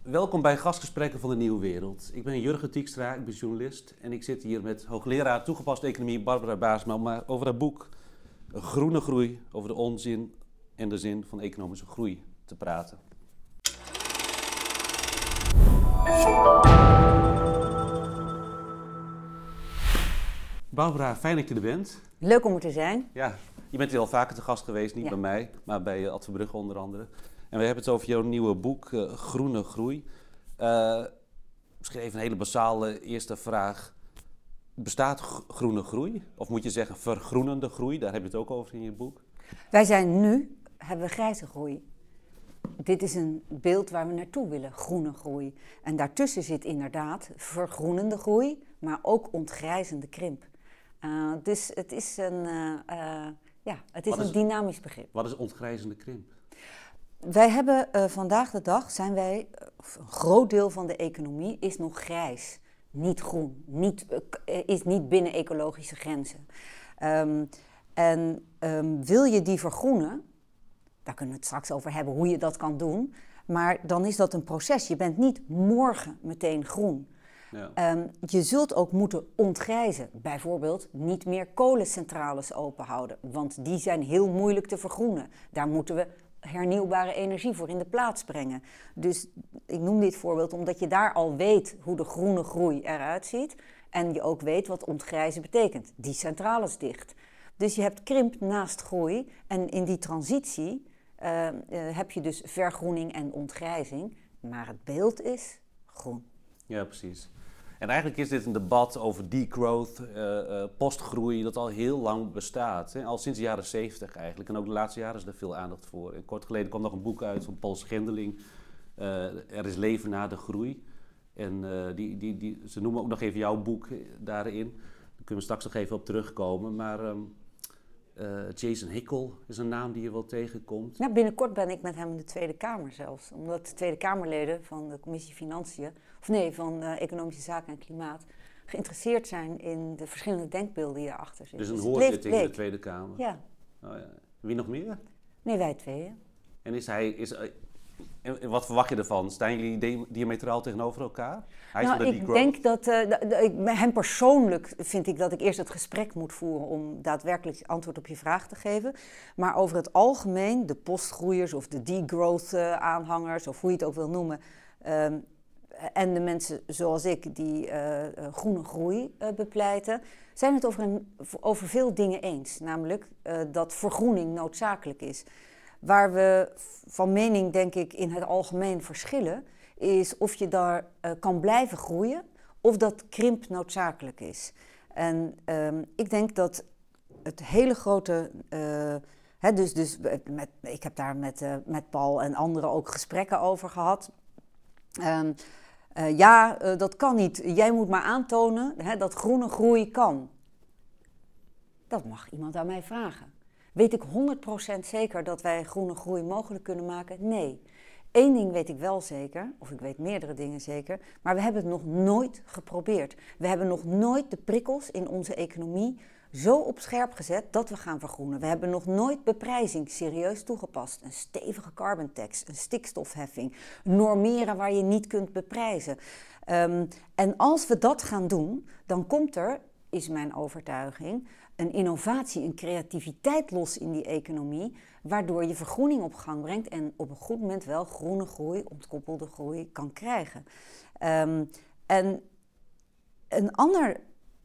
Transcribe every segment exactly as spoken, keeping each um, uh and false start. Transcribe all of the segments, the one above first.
Welkom bij Gastgesprekken van de Nieuwe Wereld. Ik ben Jurgen Tiekstra, ik ben journalist en ik zit hier met hoogleraar toegepaste economie Barbara Baarsma om over haar boek Groene Groei, over de onzin en de zin van economische groei te praten. Barbara, fijn dat je er bent. Leuk om er te zijn. Ja, je bent hier al vaker te gast geweest, niet ja. bij mij, maar bij Ad Verbrugge onder andere. En we hebben het over jouw nieuwe boek, uh, Groene Groei. Uh, misschien even een hele basale eerste vraag. Bestaat g- groene groei? Of moet je zeggen vergroenende groei? Daar heb je het ook over in je boek. Wij zijn nu, hebben we grijze groei. Dit is een beeld waar we naartoe willen, groene groei. En daartussen zit inderdaad vergroenende groei, maar ook ontgrijzende krimp. Uh, dus het is een, uh, uh, ja, het is Wat een is, dynamisch begrip. Wat is ontgrijzende krimp? Wij hebben uh, vandaag de dag, zijn wij, uh, een groot deel van de economie is nog grijs. Niet groen, niet, uh, is niet binnen ecologische grenzen. Um, en um, wil je die vergroenen, daar kunnen we het straks over hebben hoe je dat kan doen, maar dan is dat een proces. Je bent niet morgen meteen groen. Ja. Um, je zult ook moeten ontgrijzen. Bijvoorbeeld niet meer kolencentrales openhouden, want die zijn heel moeilijk te vergroenen. Daar moeten we hernieuwbare energie voor in de plaats brengen. Dus ik noem dit voorbeeld omdat je daar al weet hoe de groene groei eruit ziet en je ook weet wat ontgrijzen betekent. Die centrales dicht. Dus je hebt krimp naast groei en in die transitie uh, uh, heb je dus vergroening en ontgrijzing, maar het beeld is groen. Ja, precies. En eigenlijk is dit een debat over degrowth, uh, uh, postgroei, dat al heel lang bestaat. Hè? Al sinds de jaren zeventig eigenlijk. En ook de laatste jaren is er veel aandacht voor. En kort geleden kwam nog een boek uit van Paul Schendeling. Uh, er is leven na de groei. En uh, die, die, die, ze noemen ook nog even jouw boek daarin. Daar kunnen we straks nog even op terugkomen. Maar um, uh, Jason Hickel is een naam die je wel tegenkomt. Ja, binnenkort ben ik met hem in de Tweede Kamer zelfs. Omdat de Tweede Kamerleden van de Commissie Financiën, of nee, van uh, Economische Zaken en Klimaat, geïnteresseerd zijn in de verschillende denkbeelden die erachter zitten. Dus een dus hoorzitting in de Tweede Kamer? Ja. Oh, ja. Wie nog meer? Nee, wij tweeën. En is hij... Is, En wat verwacht je ervan? Staan jullie diametraal tegenover elkaar? Hij is nou, de ik degrowth. denk dat, uh, de, de, ik, hem persoonlijk vind ik dat ik eerst het gesprek moet voeren om daadwerkelijk antwoord op je vraag te geven. Maar over het algemeen, de postgroeiers of de degrowth uh, aanhangers, of hoe je het ook wil noemen, um, en de mensen zoals ik die uh, uh, groene groei uh, bepleiten, zijn het over, een, over veel dingen eens. Namelijk uh, dat vergroening noodzakelijk is. Waar we van mening, denk ik, in het algemeen verschillen, is of je daar uh, kan blijven groeien of dat krimp noodzakelijk is. En um, ik denk dat het hele grote... Uh, hè, dus dus met, ik heb daar met, uh, met Paul en anderen ook gesprekken over gehad. Um, uh, ja, uh, dat kan niet. Jij moet maar aantonen hè, dat groene groei kan. Dat mag iemand aan mij vragen. Weet ik honderd procent zeker dat wij groene groei mogelijk kunnen maken? Nee. Eén ding weet ik wel zeker, of ik weet meerdere dingen zeker, maar we hebben het nog nooit geprobeerd. We hebben nog nooit de prikkels in onze economie zo op scherp gezet dat we gaan vergroenen. We hebben nog nooit beprijzing serieus toegepast. Een stevige carbon tax, een stikstofheffing, normeren waar je niet kunt beprijzen. Um, en als we dat gaan doen, dan komt er, is mijn overtuiging, een innovatie, een creativiteit los in die economie, waardoor je vergroening op gang brengt en op een goed moment wel groene groei, ontkoppelde groei kan krijgen. Um, en een ander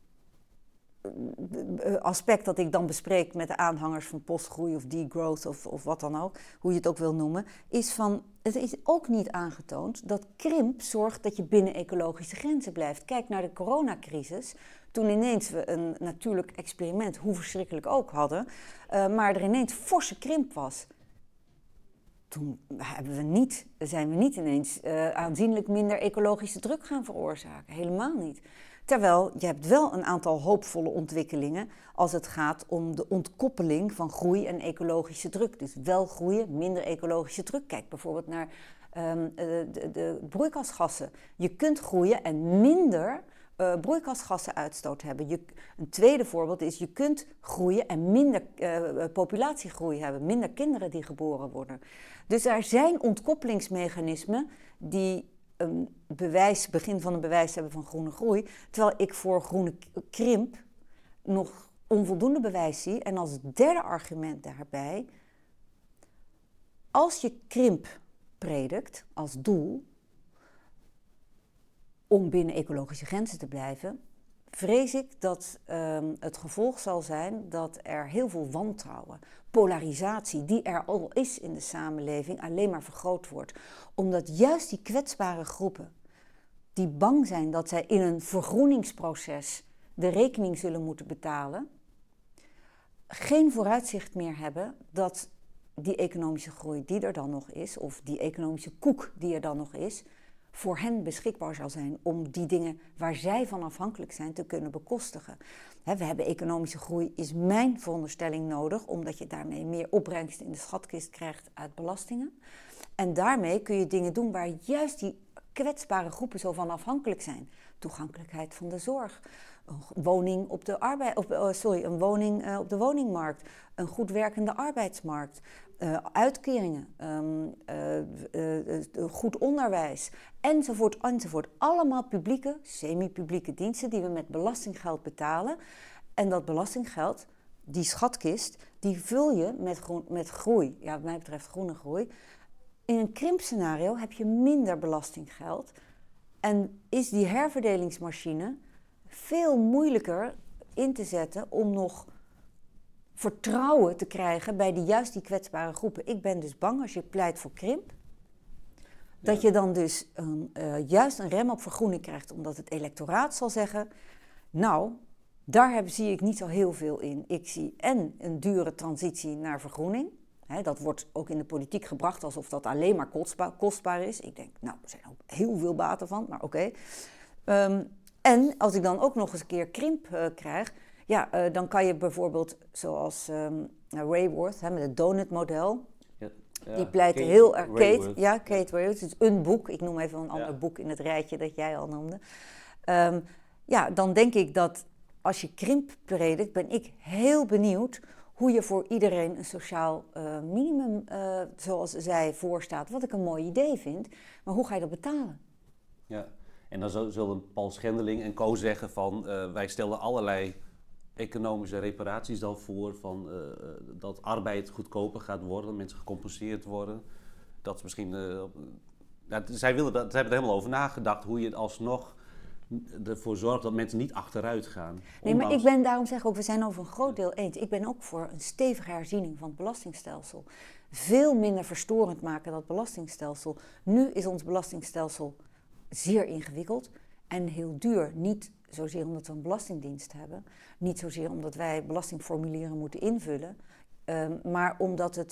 aspect dat ik dan bespreek met de aanhangers van postgroei of degrowth of, of wat dan ook, hoe je het ook wil noemen, is van, het is ook niet aangetoond dat krimp zorgt dat je binnen ecologische grenzen blijft. Kijk naar de coronacrisis. Toen ineens we een natuurlijk experiment, hoe verschrikkelijk ook, hadden, uh, maar er ineens forse krimp was. Toen hebben we niet, zijn we niet ineens uh, aanzienlijk minder ecologische druk gaan veroorzaken. Helemaal niet. Terwijl je hebt wel een aantal hoopvolle ontwikkelingen als het gaat om de ontkoppeling van groei en ecologische druk. Dus wel groeien, minder ecologische druk. Kijk bijvoorbeeld naar um, de, de, de broeikasgassen. Je kunt groeien en minder uh, broeikasgassenuitstoot hebben. Je, een tweede voorbeeld is, je kunt groeien en minder uh, populatiegroei hebben. Minder kinderen die geboren worden. Dus er zijn ontkoppelingsmechanismen die een bewijs, begin van een bewijs hebben van groene groei, terwijl ik voor groene krimp nog onvoldoende bewijs zie. En als derde argument daarbij, als je krimp predikt als doel om binnen ecologische grenzen te blijven, vrees ik dat um, het gevolg zal zijn dat er heel veel wantrouwen, polarisatie, die er al is in de samenleving, alleen maar vergroot wordt. Omdat juist die kwetsbare groepen, die bang zijn dat zij in een vergroeningsproces de rekening zullen moeten betalen, geen vooruitzicht meer hebben dat die economische groei die er dan nog is, of die economische koek die er dan nog is, voor hen beschikbaar zal zijn om die dingen waar zij van afhankelijk zijn te kunnen bekostigen. He, we hebben economische groei, is mijn veronderstelling nodig, omdat je daarmee meer opbrengst in de schatkist krijgt uit belastingen. En daarmee kun je dingen doen waar juist die kwetsbare groepen zo van afhankelijk zijn. Toegankelijkheid van de zorg, een woning op de, arbeid, op, uh, sorry, een woning, uh, op de woningmarkt, een goed werkende arbeidsmarkt, uh, uitkeringen, um, uh, uh, uh, goed onderwijs, enzovoort, enzovoort. Allemaal publieke, semi-publieke diensten die we met belastinggeld betalen. En dat belastinggeld, die schatkist, die vul je met, groen, met groei. Ja, wat mij betreft groene groei. In een krimpscenario heb je minder belastinggeld en is die herverdelingsmachine veel moeilijker in te zetten om nog vertrouwen te krijgen bij die, juist die kwetsbare groepen. Ik ben dus bang als je pleit voor krimp, dat ja. je dan dus een, uh, juist een rem op vergroening krijgt, omdat het electoraat zal zeggen, nou, daar heb, zie ik niet zo heel veel in. Ik zie en een dure transitie naar vergroening. He, dat wordt ook in de politiek gebracht alsof dat alleen maar kostbaar, kostbaar is. Ik denk, nou, er zijn ook heel veel baten van, maar oké. Okay. Um, en als ik dan ook nog eens een keer krimp uh, krijg, ja, uh, dan kan je bijvoorbeeld, zoals um, Raworth, he, met het donut-model, ja, ja, die pleiten Kate heel erg... Kate, ja, Kate Raworth, het is een boek. Ik noem even een ander ja. boek in het rijtje dat jij al noemde. Um, ja, dan denk ik dat als je krimp predikt, ben ik heel benieuwd hoe je voor iedereen een sociaal uh, minimum, uh, zoals zij voorstaat, wat ik een mooi idee vind, maar hoe ga je dat betalen? Ja, en dan zullen Paul Schendeling en co zeggen van, uh, wij stellen allerlei economische reparaties dan voor, van, uh, dat arbeid goedkoper gaat worden, mensen gecompenseerd worden. Dat misschien, uh, ja, zij, willen dat, zij hebben er helemaal over nagedacht, hoe je het alsnog ervoor zorgt dat mensen niet achteruit gaan. Nee, maar ik ben daarom zeg ook, we zijn over een groot deel eens. Ik ben ook voor een stevige herziening van het belastingstelsel. Veel minder verstorend maken dat belastingstelsel. Nu is ons belastingstelsel zeer ingewikkeld en heel duur. Niet zozeer omdat we een belastingdienst hebben, niet zozeer omdat wij belastingformulieren moeten invullen, um, maar omdat het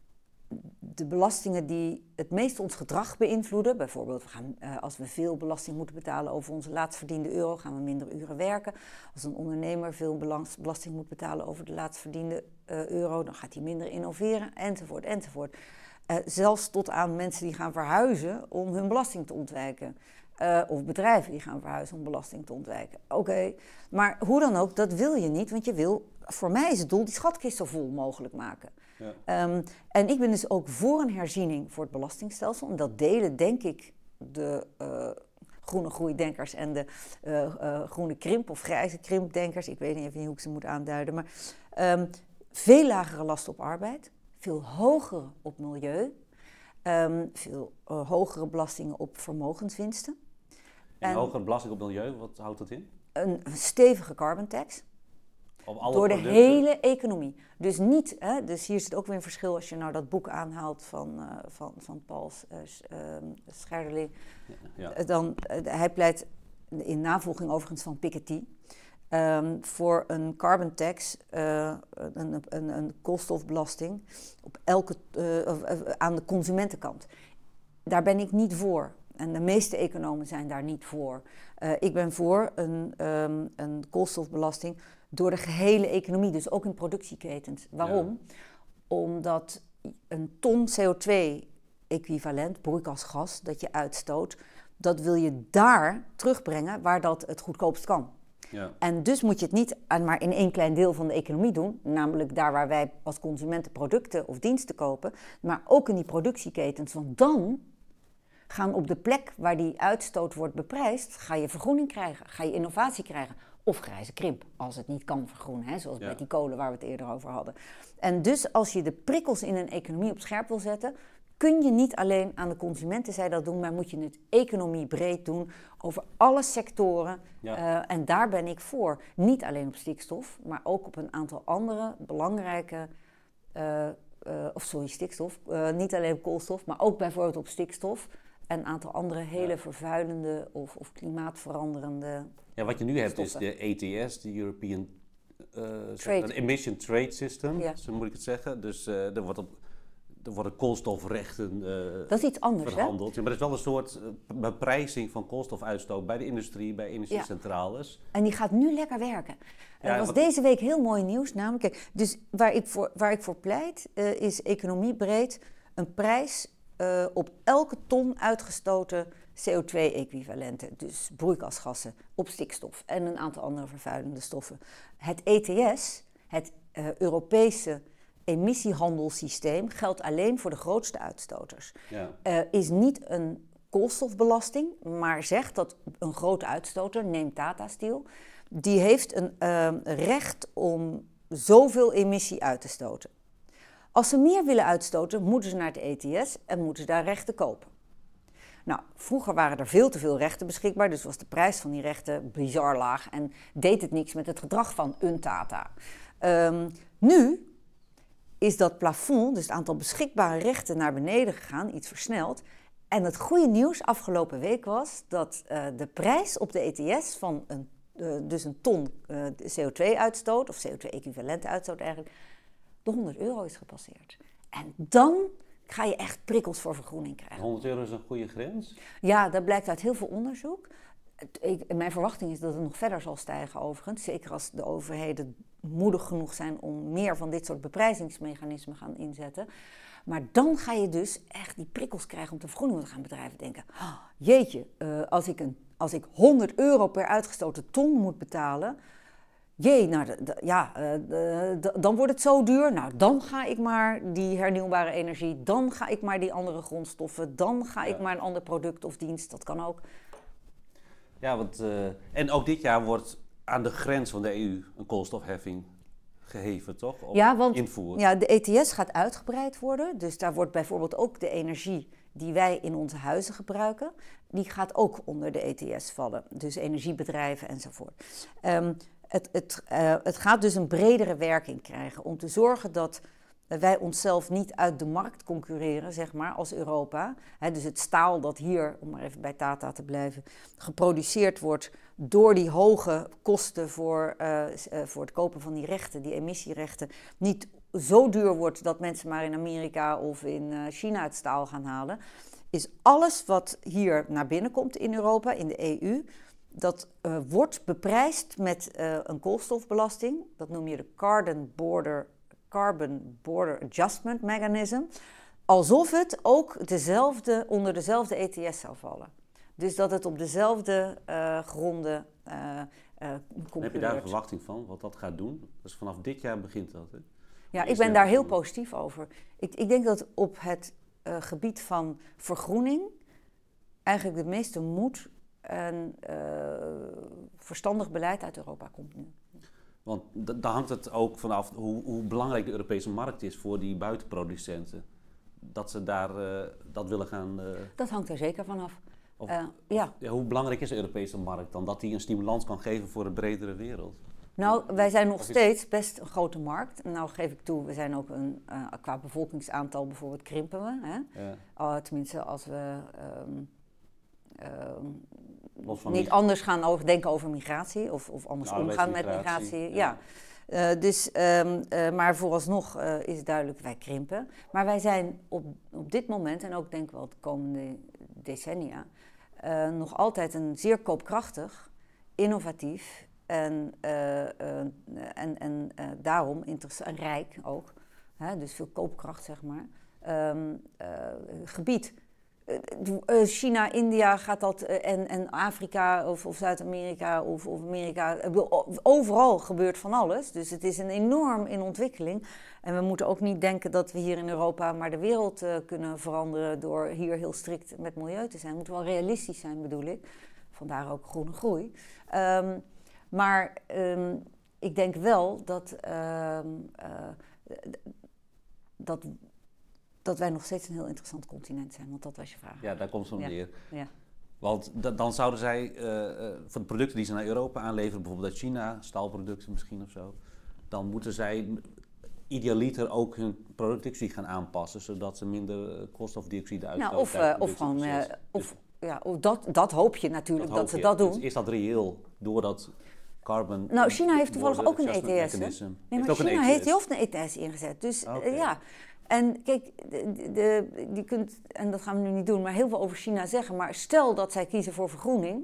de belastingen die het meest ons gedrag beïnvloeden, bijvoorbeeld we gaan, uh, als we veel belasting moeten betalen over onze laatst verdiende euro, gaan we minder uren werken. Als een ondernemer veel belasting moet betalen over de laatst verdiende uh, euro, dan gaat hij minder innoveren, enzovoort, enzovoort. Uh, zelfs tot aan mensen die gaan verhuizen om hun belasting te ontwijken. Uh, of bedrijven die gaan verhuizen om belasting te ontwijken. Oké, okay. Maar hoe dan ook, dat wil je niet, want je wil, voor mij is het doel, die schatkist zo vol mogelijk maken. Ja. Um, en ik ben dus ook voor een herziening voor het belastingstelsel. En dat delen, denk ik, de uh, groene groeidenkers en de uh, uh, groene krimp of grijze krimpdenkers. Ik weet niet even hoe ik ze moet aanduiden. Maar um, veel lagere last op arbeid, veel hogere op milieu, um, veel uh, hogere belastingen op vermogenswinsten. En, en hogere belasting op milieu, wat houdt dat in? Een stevige carbon tax. Op alle door de producten. hele economie. Dus niet, hè, dus hier zit ook weer een verschil als je nou dat boek aanhaalt van, uh, van, van Paul uh, Scherderling. Ja, ja. Dan, uh, hij pleit in navolging overigens van Piketty um, voor een carbon tax, uh, een, een, een koolstofbelasting op elke, uh, uh, aan de consumentenkant. Daar ben ik niet voor. En de meeste economen zijn daar niet voor. Uh, ik ben voor een, um, een koolstofbelasting door de gehele economie, dus ook in productieketens. Waarom? Ja. Omdat een ton C O twee equivalent, broeikasgas, dat je uitstoot, dat wil je daar terugbrengen waar dat het goedkoopst kan. Ja. En dus moet je het niet aan maar in één klein deel van de economie doen, namelijk daar waar wij als consumenten producten of diensten kopen, maar ook in die productieketens, want dan gaan op de plek waar die uitstoot wordt beprijsd, ga je vergroening krijgen, ga je innovatie krijgen. Of grijze krimp, als het niet kan vergroenen, hè, zoals ja. bij die kolen waar we het eerder over hadden. En dus als je de prikkels in een economie op scherp wil zetten, kun je niet alleen aan de consumentenzijde dat doen, maar moet je het economie breed doen over alle sectoren. Ja. Uh, en daar ben ik voor. Niet alleen op stikstof, maar ook op een aantal andere belangrijke, uh, uh, of sorry, stikstof. Uh, niet alleen op koolstof, maar ook bijvoorbeeld op stikstof. En een aantal andere hele ja. vervuilende of, of klimaatveranderende Ja, wat je nu hebt stoffen. is de E T S, de European uh, Trade. Emission Trade System, ja. zo moet ik het zeggen. Dus uh, er wordt op Er worden koolstofrechten uh, dat is iets anders, verhandeld. Ja, maar het is wel een soort beprijzing van koolstofuitstoot bij de industrie, bij energiecentrales. Ja. En die gaat nu lekker werken. Er ja, was wat... deze week heel mooi nieuws. Namelijk, kijk, dus waar ik voor, waar ik voor pleit, uh, is economiebreed een prijs uh, op elke ton uitgestoten C O twee equivalenten. Dus broeikasgassen op stikstof en een aantal andere vervuilende stoffen. Het E T S, het uh, Europese emissiehandelssysteem, geldt alleen voor de grootste uitstoters. Ja. Uh, is niet een koolstofbelasting, maar zegt dat een grote uitstoter, neem Tata Steel, die heeft een uh, recht om zoveel emissie uit te stoten. Als ze meer willen uitstoten, moeten ze naar het E T S en moeten ze daar rechten kopen. Nou, vroeger waren er veel te veel rechten beschikbaar, dus was de prijs van die rechten bizar laag en deed het niks met het gedrag van een Tata. Um, nu is dat plafond, dus het aantal beschikbare rechten, naar beneden gegaan, iets versneld. En het goede nieuws afgelopen week was dat uh, de prijs op de E T S van een, uh, dus een ton uh, C O twee uitstoot, of C O twee equivalente uitstoot eigenlijk, de honderd euro is gepasseerd. En dan ga je echt prikkels voor vergroening krijgen. honderd euro is een goede grens? Ja, dat blijkt uit heel veel onderzoek. Ik, mijn verwachting is dat het nog verder zal stijgen overigens. Zeker als de overheden moedig genoeg zijn om meer van dit soort beprijzingsmechanismen gaan inzetten. Maar dan ga je dus echt die prikkels krijgen om te vergroenen. Want dan gaan bedrijven denken, oh, jeetje, uh, als, ik een, als ik honderd euro per uitgestoten ton moet betalen, jee, nou d- d- ja, uh, d- dan wordt het zo duur. Nou, dan ga ik maar die hernieuwbare energie, dan ga ik maar die andere grondstoffen, dan ga ik ja. maar een ander product of dienst, dat kan ook. Ja, want, uh, en ook dit jaar wordt aan de grens van de E U een koolstofheffing geheven, toch? Of ja, want invoer. Ja, de E T S gaat uitgebreid worden. Dus daar wordt bijvoorbeeld ook de energie die wij in onze huizen gebruiken, die gaat ook onder de E T S vallen. Dus energiebedrijven enzovoort. Um, het, het, uh, het gaat dus een bredere werking krijgen om te zorgen dat wij onszelf niet uit de markt concurreren, zeg maar, als Europa. He, dus het staal dat hier, om maar even bij Tata te blijven, geproduceerd wordt door die hoge kosten voor, uh, uh, voor het kopen van die rechten, die emissierechten, niet zo duur wordt dat mensen maar in Amerika of in uh, China het staal gaan halen, is alles wat hier naar binnen komt in Europa, in de E U, dat uh, wordt beprijsd met uh, een koolstofbelasting. Dat noem je de Carbon Border Carbon Border Adjustment Mechanism, alsof het ook dezelfde, onder dezelfde E T S zou vallen. Dus dat het op dezelfde uh, gronden uh, uh, concurreert. Heb je daar een verwachting van, wat dat gaat doen? Dus vanaf dit jaar begint dat, hè? Ja, ik ben daar heel positief over. Ik, ik denk dat op het uh, gebied van vergroening eigenlijk de meeste moed en uh, verstandig beleid uit Europa komt nu. Want d- daar hangt het ook vanaf hoe, hoe belangrijk de Europese markt is voor die buitenproducenten. Dat ze daar uh, dat willen gaan... Uh... Dat hangt er zeker vanaf. Of, uh, ja. of, ja, hoe belangrijk is de Europese markt dan? Dat die een stimulans kan geven voor een bredere wereld? Nou, wij zijn nog steeds best een grote markt. Nou geef ik toe, we zijn ook een, uh, qua bevolkingsaantal bijvoorbeeld krimpen we. Hè? Ja. Uh, tenminste, als we... Um, um, niet die... anders gaan over, denken over migratie of, of anders nou, omgaan met migratie. Ja. Ja. Uh, dus, um, uh, maar vooralsnog uh, is duidelijk, wij krimpen. Maar wij zijn op, op dit moment, en ook denk ik wel de komende decennia, uh, nog altijd een zeer koopkrachtig, innovatief en, uh, uh, en, en uh, daarom en rijk ook, hè, dus veel koopkracht zeg maar, um, uh, gebied. uh, China, India gaat dat uh, en, en Afrika of, of Zuid-Amerika of, of Amerika. Ik bedoel, overal gebeurt van alles. Dus het is een enorm in ontwikkeling. En we moeten ook niet denken dat we hier in Europa maar de wereld uh, kunnen veranderen door hier heel strikt met milieu te zijn. We moeten wel realistisch zijn, bedoel ik. Vandaar ook groene groei. Um, maar um, ik denk wel dat, um, uh, dat, dat wij nog steeds een heel interessant continent zijn. Want dat was je vraag. Ja, daar komt het om neer. Ja. Ja. Want d- dan zouden zij uh, uh, van de producten die ze naar Europa aanleveren, bijvoorbeeld uit China, staalproducten misschien of zo, dan moeten zij idealiter ook hun productie gaan aanpassen, zodat ze minder koolstofdioxide uitstoten. Nou, of, uh, of gewoon, uh, of, ja, of dat, dat hoop je natuurlijk, dat, dat ze je. dat doen. Dus is dat reëel, doordat carbon... Nou, China heeft toevallig ook een E T S, hè? Nee, maar China heeft, heeft heel veel een E T S ingezet, dus okay. uh, ja... En kijk, de, de, je kunt, en dat gaan we nu niet doen, maar heel veel over China zeggen. Maar stel dat zij kiezen voor vergroening,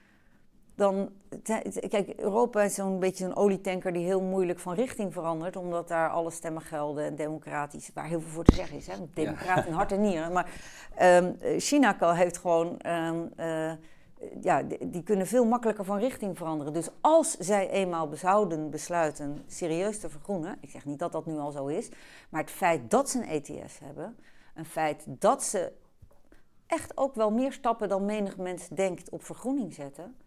dan... Kijk, Europa is zo'n beetje een olietanker die heel moeilijk van richting verandert, omdat daar alle stemmen gelden en democratisch, waar heel veel voor te zeggen is. Hè? Democraat in hart en nieren. Maar um, China heeft gewoon... Um, uh, Ja, die, die kunnen veel makkelijker van richting veranderen. Dus als zij eenmaal zouden besluiten serieus te vergroenen, ik zeg niet dat dat nu al zo is, maar het feit dat ze een E T S hebben, een feit dat ze echt ook wel meer stappen dan menig mens denkt op vergroening zetten,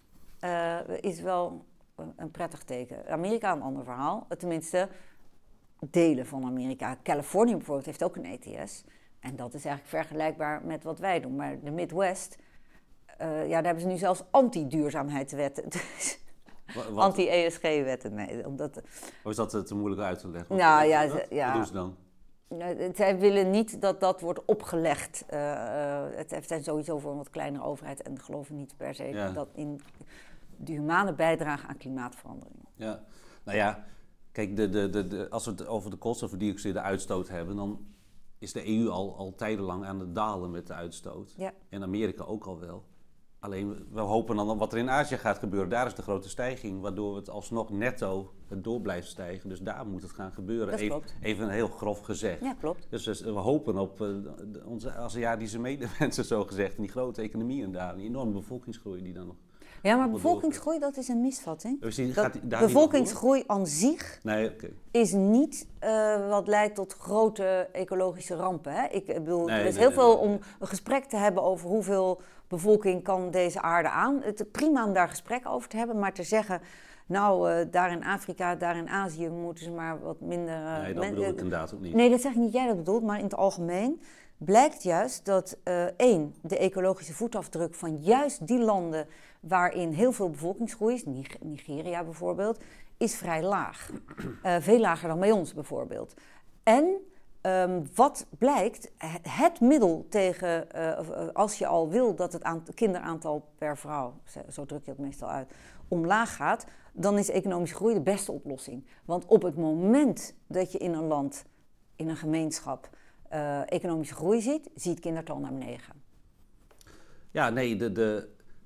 uh, is wel een prettig teken. Amerika een ander verhaal, tenminste delen van Amerika. Californië bijvoorbeeld heeft ook een E T S en dat is eigenlijk vergelijkbaar met wat wij doen, maar de Midwest... Uh, ja, daar hebben ze nu zelfs anti-duurzaamheidswetten. Dus anti-E S G-wetten. Nee, omdat... Of is dat te moeilijk uit te leggen? Nou, ja, ze, ja. Wat doen ze dan? Uh, zij willen niet dat dat wordt opgelegd. Uh, uh, het heeft sowieso voor een wat kleinere overheid en geloven niet per se ja. dat in de humane bijdrage aan klimaatverandering. Ja, nou ja, kijk, de, de, de, de, als we het over de koolstofdioxide uitstoot hebben, dan is de E U al, al tijdenlang aan het dalen met de uitstoot. Ja. En Amerika ook al wel. Alleen, we hopen dan wat er in Azië gaat gebeuren. Daar is de grote stijging, waardoor het alsnog netto het door blijft stijgen. Dus daar moet het gaan gebeuren. Dat even, klopt. Even heel grof gezegd. Ja, klopt. Dus, dus we hopen op uh, de, onze Aziatische medemensen, zo gezegd. En die grote economieën daar. Die enorme bevolkingsgroei die dan nog... Ja, maar bevolkingsgroei, dat is een misvatting. Dus die, gaat die, daar bevolkingsgroei aan zich nee, okay. is niet uh, wat leidt tot grote ecologische rampen. Hè? Ik bedoel, nee, er is nee, heel nee, veel nee, nee. om een gesprek te hebben over hoeveel bevolking kan deze aarde aan. Het is prima om daar gesprek over te hebben, maar te zeggen... Nou, uh, daar in Afrika, daar in Azië moeten ze maar wat minder... Uh, nee, dat bedoel ik inderdaad ook niet. Nee, dat zeg ik niet jij dat bedoelt, maar in het algemeen... blijkt juist dat uh, één, de ecologische voetafdruk van juist die landen waarin heel veel bevolkingsgroei is, Nigeria bijvoorbeeld, is vrij laag. Uh, veel lager dan bij ons bijvoorbeeld. En um, wat blijkt, het middel tegen, uh, als je al wil dat het aant- kinderaantal per vrouw, zo druk je het meestal uit, omlaag gaat, dan is economische groei de beste oplossing. Want op het moment dat je in een land, in een gemeenschap, Uh, economische groei ziet, ziet kindertal naar beneden gaan. Ja, nee, de, de,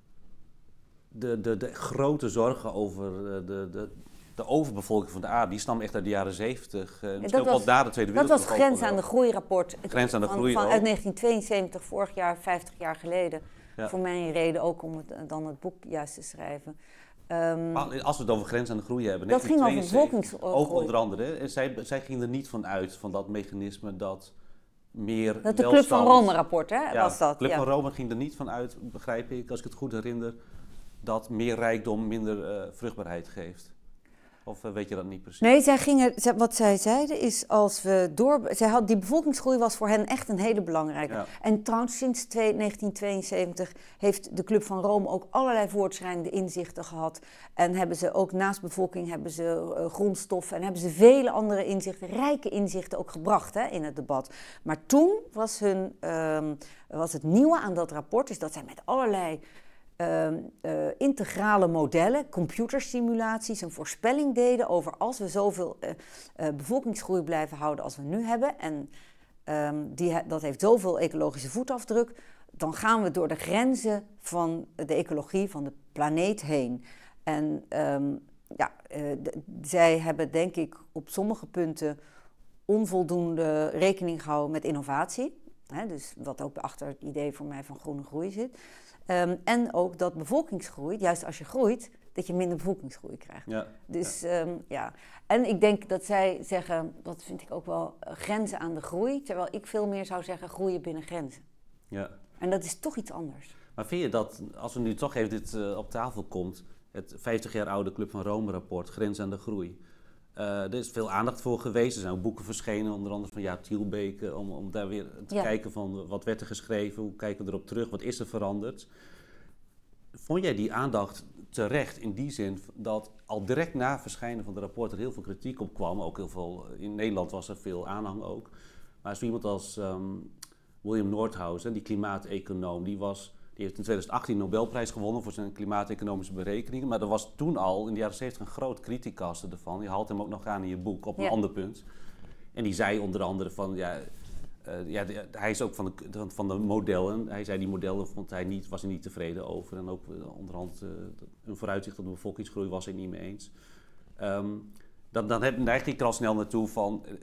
de, de, de grote zorgen over de, de, de overbevolking van de aarde, die stammen echt uit de jaren zeventig. Uh, ja, dat was, na de Tweede dat was Wereldoorlog. grens aan de groeirapport. Grens aan de van, groei van, ook. uit negentien tweeënzeventig, vorig jaar, vijftig jaar geleden. Ja. Voor mijn reden ook om het, dan het boek juist te schrijven. Um, Als we het over grens aan de groei hebben. Dat ging over bevolkingsgroei. Ook onder andere. En zij, zij gingen er niet van uit, van dat mechanisme dat meer dat de welstand... Club van Rome rapport, hè, ja, was dat. De Club ja. van Rome ging er niet van uit, begrijp ik, als ik het goed herinner, dat meer rijkdom minder uh, vruchtbaarheid geeft. Of uh, weet je dat niet precies? Nee, zij gingen, wat zij zeiden is als we door... Zij had, die bevolkingsgroei was voor hen echt een hele belangrijke. Ja. En trouwens, sinds negentien tweeënzeventig heeft de Club van Rome ook allerlei voortschrijdende inzichten gehad. En hebben ze ook naast bevolking hebben ze uh, grondstoffen en hebben ze vele andere inzichten, rijke inzichten ook gebracht hè, in het debat. Maar toen was, hun, um, was het nieuwe aan dat rapport, is dat zij met allerlei... Uh, uh, integrale modellen, computersimulaties, een voorspelling deden over als we zoveel uh, uh, bevolkingsgroei blijven houden als we nu hebben. En um, die, dat heeft zoveel ecologische voetafdruk. Dan gaan we door de grenzen van de ecologie van de planeet heen. En um, ja, uh, d- zij hebben denk ik op sommige punten onvoldoende rekening gehouden met innovatie. Hè, dus wat ook achter het idee voor mij van groene groei zit. Um, en ook dat bevolkingsgroei, juist als je groeit, dat je minder bevolkingsgroei krijgt. Ja, dus ja. Um, ja. En ik denk dat zij zeggen, dat vind ik ook wel, uh, grenzen aan de groei. Terwijl ik veel meer zou zeggen, groeien binnen grenzen. Ja. En dat is toch iets anders. Maar vind je dat, als er nu toch even dit uh, op tafel komt, het vijftig jaar oude Club van Rome rapport, Grenzen aan de Groei. Uh, er is veel aandacht voor geweest. Er zijn ook boeken verschenen, onder andere van Jaap Tielbeke, om, om daar weer te ja. kijken van wat werd er geschreven, hoe kijken we erop terug, wat is er veranderd. Vond jij die aandacht terecht in die zin dat al direct na verschijnen van de rapport er heel veel kritiek op kwam, ook heel veel, in Nederland was er veel aanhang ook. Maar zo iemand als um, William Nordhaus, die klimaateconoom, die was... Die heeft in twintig achttien Nobelprijs gewonnen voor zijn klimaateconomische berekeningen. Maar er was toen al, in de jaren zeventig, een groot criticaster ervan. Je haalt hem ook nog aan in je boek, op een ja. ander punt. En die zei onder andere van, ja, uh, ja de, hij is ook van de, van de modellen. Hij zei die modellen vond hij niet, was hij niet tevreden over. En ook uh, onderhand uh, een vooruitzicht op de bevolkingsgroei was hij niet mee eens. Um, dan, dan neigt ik er al snel naartoe van... Uh,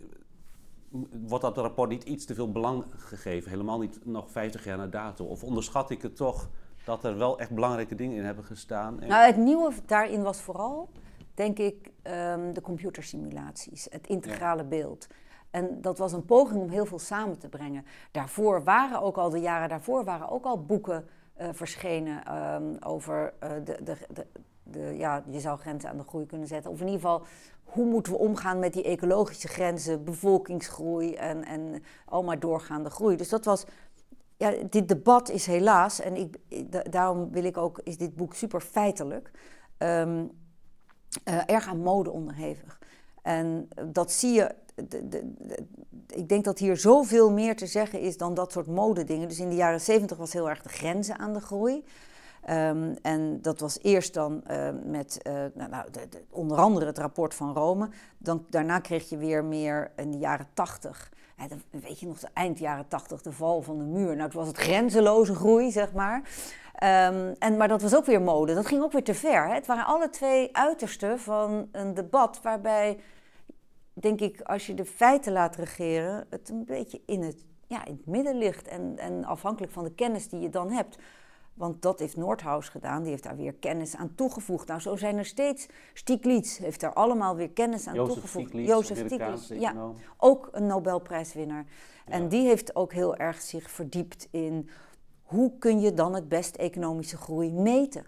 wordt dat rapport niet iets te veel belang gegeven? Helemaal niet nog vijftig jaar na dato? Of onderschat ik het toch dat er wel echt belangrijke dingen in hebben gestaan? En... Nou, het nieuwe daarin was vooral, denk ik, um, de computersimulaties. Het integrale ja. beeld. En dat was een poging om heel veel samen te brengen. Daarvoor waren ook al, de jaren daarvoor waren ook al boeken uh, verschenen um, over uh, de, de, de, de, ja, je zou grenzen aan de groei kunnen zetten. Of in ieder geval, hoe moeten we omgaan met die ecologische grenzen, bevolkingsgroei en, en al maar doorgaande groei. Dus dat was, ja, dit debat is helaas, en ik, da, daarom wil ik ook, is dit boek super feitelijk, um, uh, erg aan mode onderhevig. En dat zie je, de, de, de, ik denk dat hier zoveel meer te zeggen is dan dat soort modedingen. Dus in de jaren zeventig was heel erg de grenzen aan de groei. Um, en dat was eerst dan uh, met uh, nou, nou, de, de, onder andere het rapport van Rome. Dan, daarna kreeg je weer meer in de jaren tachtig. Ja, dan, weet je nog, de eind jaren tachtig, de val van de muur. Nou, het was het grenzeloze groei, zeg maar. Um, en, maar dat was ook weer mode. Dat ging ook weer te ver. Hè? Het waren alle twee uitersten van een debat waarbij, denk ik, als je de feiten laat regeren, het een beetje in het, ja, in het midden ligt. En, en afhankelijk van de kennis die je dan hebt. Want dat heeft Nordhaus gedaan, die heeft daar weer kennis aan toegevoegd. Nou, zo zijn er steeds, Stiglitz heeft daar allemaal weer kennis aan Jozef toegevoegd. Stiglitz, Jozef Stiglitz, ja, ook een Nobelprijswinnaar. Ja. En die heeft ook heel erg zich verdiept in hoe kun je dan het best economische groei meten.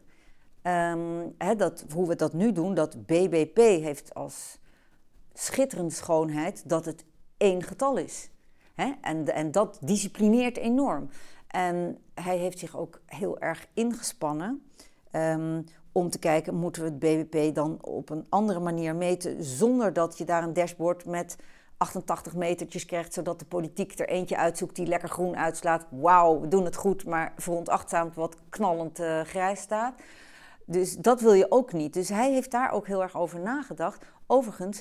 Um, he, dat, hoe we dat nu doen, dat B B P heeft als schitterende schoonheid dat het één getal is. He? En, en dat disciplineert enorm. En hij heeft zich ook heel erg ingespannen um, om te kijken, moeten we het B B P dan op een andere manier meten, zonder dat je daar een dashboard met achtentachtig metertjes krijgt, zodat de politiek er eentje uitzoekt die lekker groen uitslaat. Wauw, we doen het goed, maar veronachtzaamd wat knallend uh, grijs staat. Dus dat wil je ook niet. Dus hij heeft daar ook heel erg over nagedacht. Overigens,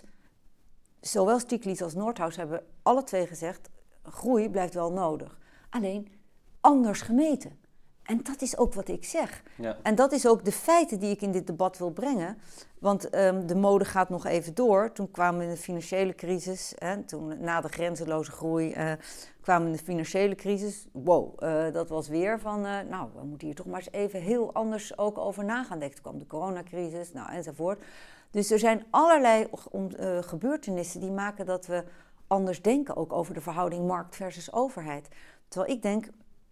zowel Stiglitz als Nordhaus hebben alle twee gezegd, groei blijft wel nodig. Alleen anders gemeten. En dat is ook wat ik zeg. Ja. En dat is ook de feiten die ik in dit debat wil brengen. Want um, de mode gaat nog even door. Toen kwamen we in de financiële crisis. Hè, toen, na de grenzeloze groei uh, kwamen we in de financiële crisis. Wow, uh, dat was weer van, uh, nou, we moeten hier toch maar eens even heel anders ook over na gaan denken. Toen kwam de coronacrisis, nou, enzovoort. Dus er zijn allerlei om, uh, gebeurtenissen die maken dat we anders denken. Ook over de verhouding markt versus overheid. Terwijl ik denk,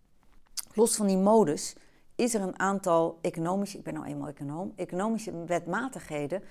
los van die modus is er een aantal economische, ik ben nou eenmaal econoom, economische wetmatigheden.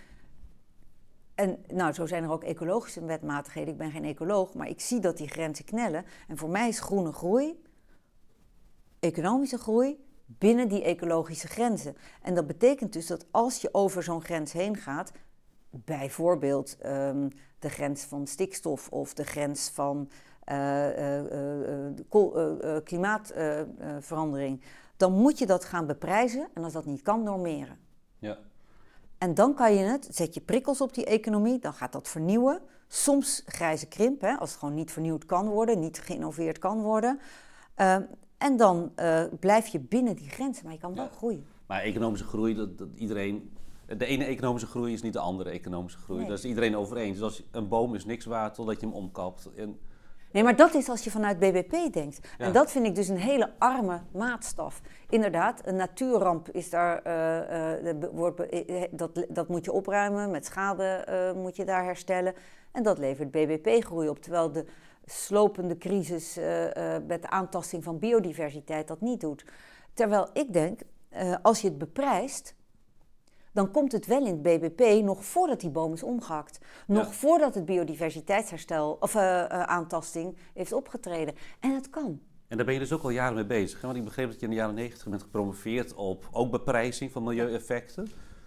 En nou, zo zijn er ook ecologische wetmatigheden. Ik ben geen ecoloog, maar ik zie dat die grenzen knellen. En voor mij is groene groei, economische groei, binnen die ecologische grenzen. En dat betekent dus dat als je over zo'n grens heen gaat, bijvoorbeeld um, de grens van stikstof of de grens van Uh, uh, uh, kool, uh, uh, klimaatverandering, uh, uh, dan moet je dat gaan beprijzen en als dat niet kan, normeren. Ja. En dan kan je het, zet je prikkels op die economie, dan gaat dat vernieuwen. Soms grijze krimp, hè, als het gewoon niet vernieuwd kan worden, niet geïnnoveerd kan worden. Uh, en dan uh, blijf je binnen die grenzen, maar je kan wel ja. groeien. Maar economische groei, dat, dat iedereen... De ene economische groei is niet de andere economische groei. Nee. Daar is iedereen over eens. Dus als een boom is niks waard totdat je hem omkapt. En Nee, maar dat is als je vanuit B B P denkt. Ja. En dat vind ik dus een hele arme maatstaf. Inderdaad, een natuurramp is daar, uh, uh, wordt, be- dat, dat moet je opruimen, met schade uh, moet je daar herstellen. En dat levert B B P-groei op, terwijl de slopende crisis uh, uh, met de aantasting van biodiversiteit dat niet doet. Terwijl ik denk, uh, als je het beprijst, dan komt het wel in het B B P nog voordat die boom is omgehakt. Nog Ja. voordat het biodiversiteitsherstel of uh, uh, aantasting heeft opgetreden. En het kan. En daar ben je dus ook al jaren mee bezig. Hè? Want ik begreep dat je in de jaren negentig bent gepromoveerd op ook beprijzing van milieueffecten.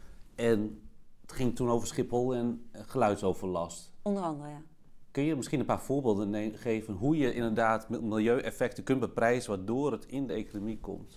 En het ging toen over Schiphol en geluidsoverlast. Onder andere, ja. Kun je misschien een paar voorbeelden ne- geven hoe je inderdaad milieueffecten kunt beprijzen waardoor het in de economie komt?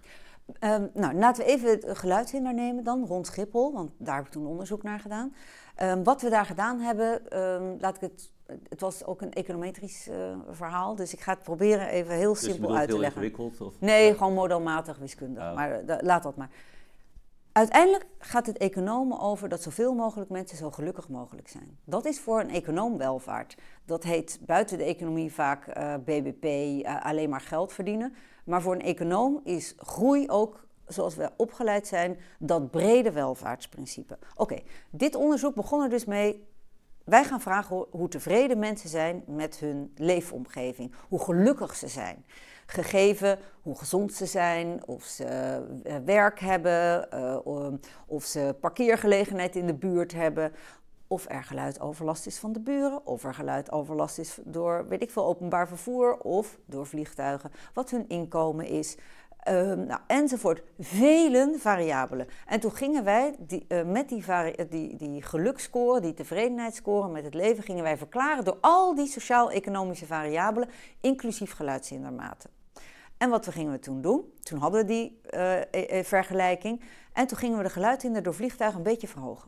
Um, nou, laten we even het geluidshinder nemen dan, rond Schiphol, want daar heb ik toen onderzoek naar gedaan. Um, wat we daar gedaan hebben, um, laat ik het, het was ook een econometrisch uh, verhaal, dus ik ga het proberen even heel Dus je simpel bedoelt uit te heel leggen. ingewikkeld? Of? Nee, Ja. gewoon modelmatig wiskundig, Oh. maar uh, laat dat maar. Uiteindelijk gaat het economen over dat zoveel mogelijk mensen zo gelukkig mogelijk zijn. Dat is voor een econoom welvaart. Dat heet buiten de economie vaak uh, B B P, uh, alleen maar geld verdienen. Maar voor een econoom is groei ook, zoals we opgeleid zijn, dat brede welvaartsprincipe. Oké, okay, dit onderzoek begon er dus mee. Wij gaan vragen hoe, hoe tevreden mensen zijn met hun leefomgeving. Hoe gelukkig ze zijn. Gegeven hoe gezond ze zijn, of ze uh, werk hebben, uh, of ze parkeergelegenheid in de buurt hebben, of er geluidoverlast is van de buren, of er geluidoverlast is door, weet ik veel, openbaar vervoer of door vliegtuigen, wat hun inkomen is, uh, nou, enzovoort. Vele variabelen. En toen gingen wij die, uh, met die, vari- die, die geluksscore, die tevredenheidsscore met het leven, gingen wij verklaren door al die sociaal-economische variabelen, inclusief geluidshindermaten. En wat gingen we toen doen? Toen hadden we die uh, e- vergelijking en toen gingen we de geluidshinder door vliegtuigen een beetje verhogen.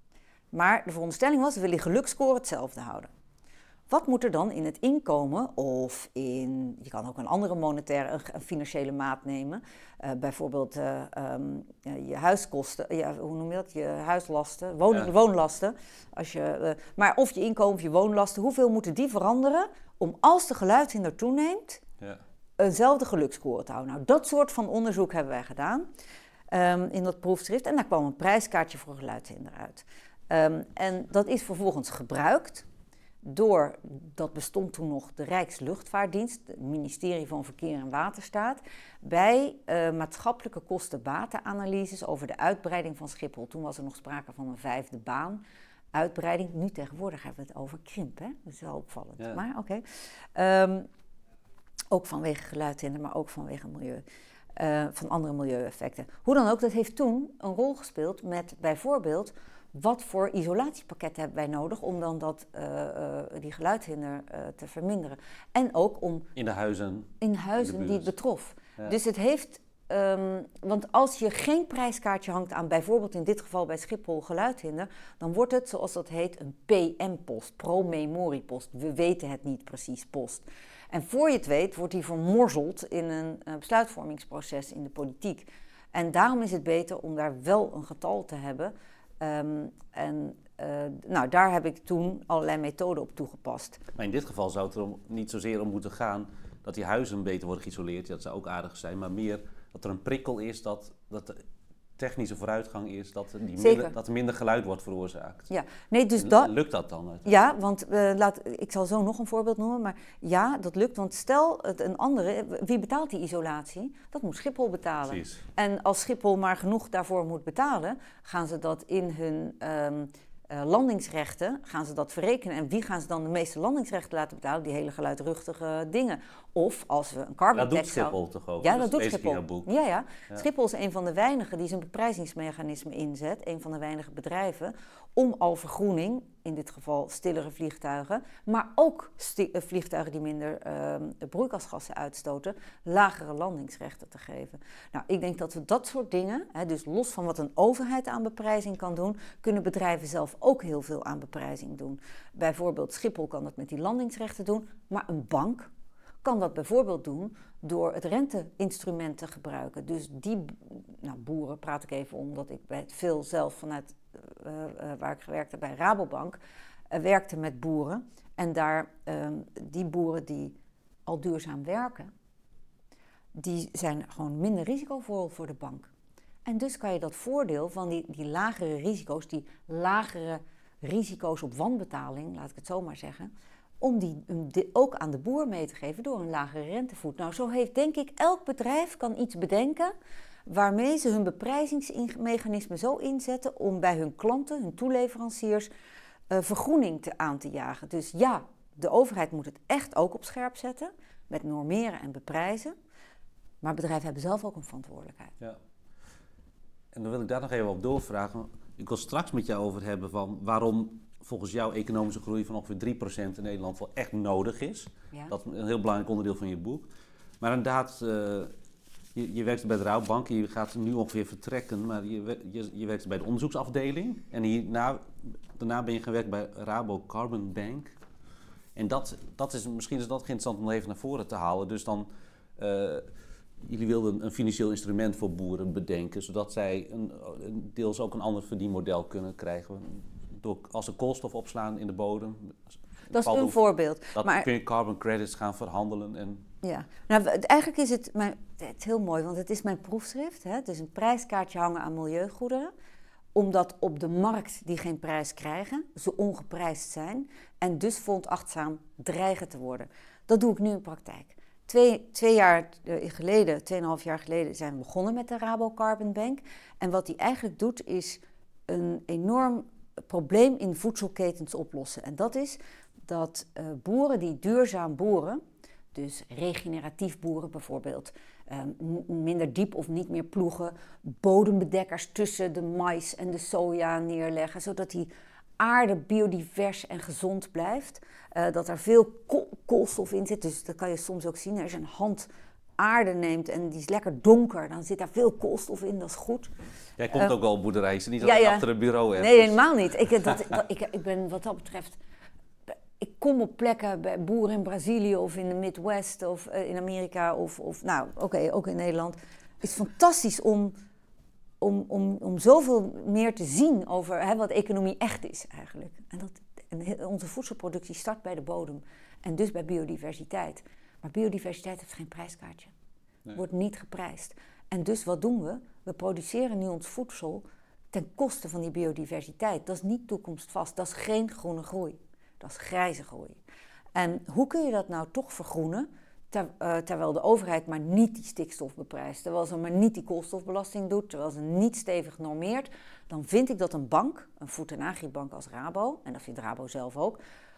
Maar de veronderstelling was, we willen die geluksscore hetzelfde houden. Wat moet er dan in het inkomen of in, je kan ook een andere monetaire, een financiële maat nemen. Uh, bijvoorbeeld uh, um, je huiskosten, ja, hoe noem je dat? Je huislasten, woon, ja. woonlasten. Als je, uh, maar of je inkomen of je woonlasten, hoeveel moeten die veranderen om als de geluidshinder toeneemt, ja, eenzelfde geluksscore te houden? Nou, dat soort van onderzoek hebben wij gedaan um, in dat proefschrift. En daar kwam een prijskaartje voor geluidshinder uit. Um, en dat is vervolgens gebruikt door, dat bestond toen nog, de Rijksluchtvaartdienst, het ministerie van Verkeer en Waterstaat, bij uh, maatschappelijke kosten-batenanalyses over de uitbreiding van Schiphol. Toen was er nog sprake van een vijfde baan. Uitbreiding, nu tegenwoordig hebben we het over krimp, hè? Dat is wel opvallend. Ja. Maar oké. Okay. Um, ook vanwege geluidshinder, maar ook vanwege milieu. Uh, van andere milieueffecten. Hoe dan ook, dat heeft toen een rol gespeeld met bijvoorbeeld, wat voor isolatiepakketten hebben wij nodig om dan dat, uh, uh, die geluidshinder uh, te verminderen. En ook om... In de huizen. In huizen in die het betrof. Ja. Dus het heeft... Um, want als je geen prijskaartje hangt aan bijvoorbeeld in dit geval bij Schiphol geluidshinder, dan wordt het, zoals dat heet, een P M-post, pro-memoriepost. We weten het niet precies post. En voor je het weet wordt die vermorzeld in een uh, besluitvormingsproces in de politiek. En daarom is het beter om daar wel een getal te hebben. Um, en uh, nou, daar heb ik toen allerlei methoden op toegepast. Maar in dit geval zou het er om, niet zozeer om moeten gaan dat die huizen beter worden geïsoleerd. Ja, dat zou ook aardig zijn, maar meer dat er een prikkel is, dat, dat de technische vooruitgang is, dat, die minder, dat er minder geluid wordt veroorzaakt. Ja, nee, dus en, dat... Lukt dat dan? Ja, want uh, laat, ik zal zo nog een voorbeeld noemen, maar ja, dat lukt. Want stel het een andere, wie betaalt die isolatie? Dat moet Schiphol betalen. Precies. En als Schiphol maar genoeg daarvoor moet betalen, gaan ze dat in hun um, uh, landingsrechten, gaan ze dat verrekenen. En wie gaan ze dan de meeste landingsrechten laten betalen? Die hele geluidruchtige dingen. Of als we een carbon tax... Dat doet Schiphol toch ook? Ja, dat, dat doet Schiphol. Ja, ja, ja. Schiphol is een van de weinigen die zijn beprijzingsmechanisme inzet. Een van de weinige bedrijven om al vergroening, in dit geval stillere vliegtuigen, maar ook sti- vliegtuigen die minder uh, broeikasgassen uitstoten, lagere landingsrechten te geven. Nou, ik denk dat we dat soort dingen, hè, dus los van wat een overheid aan beprijzing kan doen, kunnen bedrijven zelf ook heel veel aan beprijzing doen. Bijvoorbeeld Schiphol kan dat met die landingsrechten doen, maar een bank kan dat bijvoorbeeld doen door het renteinstrument te gebruiken. Dus die nou, boeren, praat ik even om, omdat ik bij het veel zelf vanuit uh, uh, waar ik gewerkt heb bij Rabobank, uh, werkte met boeren. En daar, um, die boeren die al duurzaam werken, die zijn gewoon minder risicovol voor de bank. En dus kan je dat voordeel van die, die lagere risico's, die lagere risico's op wanbetaling, laat ik het zo maar zeggen, om die um, de, ook aan de boer mee te geven door een lagere rentevoet. Nou, zo heeft denk ik elk bedrijf kan iets bedenken waarmee ze hun beprijzingsmechanisme zo inzetten om bij hun klanten, hun toeleveranciers, uh, vergroening te, aan te jagen. Dus ja, de overheid moet het echt ook op scherp zetten met normeren en beprijzen. Maar bedrijven hebben zelf ook een verantwoordelijkheid. Ja. En dan wil ik daar nog even op doorvragen. Ik wil straks met jou over hebben van waarom volgens jou economische groei van ongeveer drie procent in Nederland wel echt nodig is. Ja. Dat is een heel belangrijk onderdeel van je boek. Maar inderdaad, uh, je, je werkt bij de Rabobank, je gaat nu ongeveer vertrekken, maar je, je, je werkt bij de onderzoeksafdeling. En hierna, daarna ben je gewerkt bij Rabo Carbon Bank. En dat, dat is, misschien is dat interessant om even naar voren te halen. Dus dan, uh, jullie wilden een financieel instrument voor boeren bedenken, zodat zij een, een deels ook een ander verdienmodel kunnen krijgen. Door, als ze koolstof opslaan in de bodem. Dat is een op, voorbeeld. Dat maar, kun je carbon credits gaan verhandelen. En... Ja, nou, eigenlijk is het, mijn, het is heel mooi, want het is mijn proefschrift. Hè? Het is een prijskaartje hangen aan milieugoederen. Omdat op de markt die geen prijs krijgen, ze ongeprijsd zijn en dus veronachtzaam dreigen te worden. Dat doe ik nu in praktijk. Twee, twee jaar geleden, tweeënhalf jaar geleden zijn we begonnen met de Rabo Carbon Bank. En wat die eigenlijk doet is een enorm probleem in voedselketens oplossen. En dat is dat uh, boeren die duurzaam boeren, dus regeneratief boeren bijvoorbeeld, um, minder diep of niet meer ploegen, bodembedekkers tussen de mais en de soja neerleggen, zodat die aarde biodivers en gezond blijft. Uh, dat er veel ko- koolstof in zit, dus dat kan je soms ook zien. Als je een hand aarde neemt en die is lekker donker, dan zit daar veel koolstof in, dat is goed. Jij komt uh, ook wel op boerderij, je zit niet ja, ja. achter een bureau. Nee, dus. Helemaal niet. Ik, dat, dat, ik, ik ben wat dat betreft... Ik kom op plekken bij boeren in Brazilië of in de Midwest of uh, in Amerika of, of nou, oké, okay, ook in Nederland. Het is fantastisch om, om, om, om zoveel meer te zien over hè, wat economie echt is eigenlijk. En, dat, en onze voedselproductie start bij de bodem en dus bij biodiversiteit. Maar biodiversiteit heeft geen prijskaartje. Nee. Wordt niet geprijsd. En dus wat doen we? We produceren nu ons voedsel ten koste van die biodiversiteit. Dat is niet toekomstvast. Dat is geen groene groei. Dat is grijze groei. En hoe kun je dat nou toch vergroenen, ter, uh, terwijl de overheid maar niet die stikstof beprijst, terwijl ze maar niet die koolstofbelasting doet, terwijl ze niet stevig normeert, dan vind ik dat een bank, een Food en Agribank als Rabo, en dat vindt Rabo zelf ook,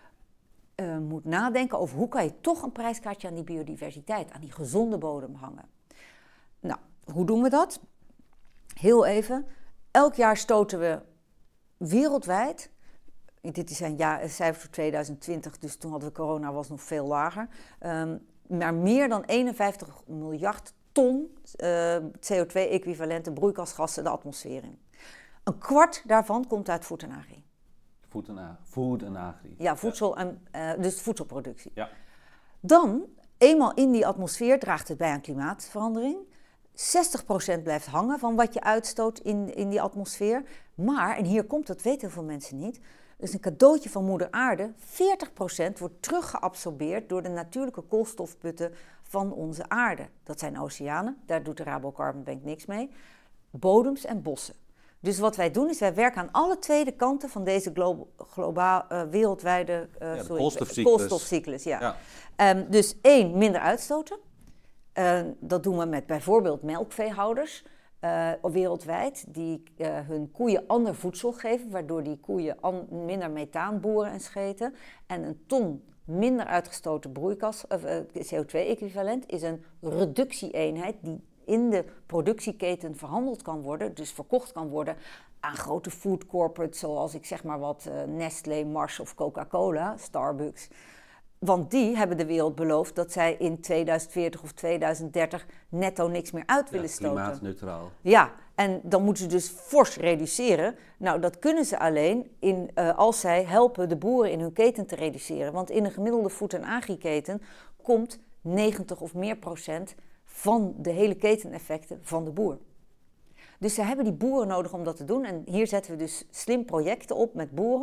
uh, moet nadenken over hoe kan je toch een prijskaartje aan die biodiversiteit, aan die gezonde bodem hangen. Nou, hoe doen we dat? Heel even. Elk jaar stoten we wereldwijd, dit zijn ja, cijfers voor tweeduizend twintig, dus toen hadden we corona, was nog veel lager, um, maar meer dan eenenvijftig miljard ton uh, C O twee equivalente broeikasgassen de atmosfeer in. Een kwart daarvan komt uit Food en Agri. Food en, a- food en Agri. Ja, voedsel en, uh, dus voedselproductie. Ja. Dan, eenmaal in die atmosfeer draagt het bij aan klimaatverandering. zestig procent blijft hangen van wat je uitstoot in, in die atmosfeer. Maar, en hier komt, dat weten heel veel mensen niet, dus een cadeautje van moeder aarde, veertig procent wordt teruggeabsorbeerd door de natuurlijke koolstofputten van onze aarde. Dat zijn oceanen, daar doet de Rabo Carbon Bank niks mee. Bodems en bossen. Dus wat wij doen is, wij werken aan alle twee de kanten van deze glo- globaal, uh, wereldwijde uh, ja, sorry, koolstofcyclus. koolstofcyclus. Ja. Ja. Um, dus één, minder uitstoten. Uh, dat doen we met bijvoorbeeld melkveehouders. Uh, wereldwijd, die uh, hun koeien ander voedsel geven, waardoor die koeien an- minder methaan boeren en scheten. En een ton minder uitgestoten broeikas, uh, C O twee equivalent is een reductie-eenheid die in de productieketen verhandeld kan worden, dus verkocht kan worden aan grote food corporates zoals ik zeg maar wat uh, Nestlé, Mars of Coca-Cola, Starbucks. Want die hebben de wereld beloofd dat zij in tweeduizend veertig of tweeduizend dertig netto niks meer uit willen ja, stoten. Klimaatneutraal. Ja, en dan moeten ze dus fors reduceren. Nou, dat kunnen ze alleen in, uh, als zij helpen de boeren in hun keten te reduceren. Want in een gemiddelde Food en Agri-keten komt negentig of meer procent van de hele keteneffecten van de boer. Dus ze hebben die boeren nodig om dat te doen. En hier zetten we dus slim projecten op met boeren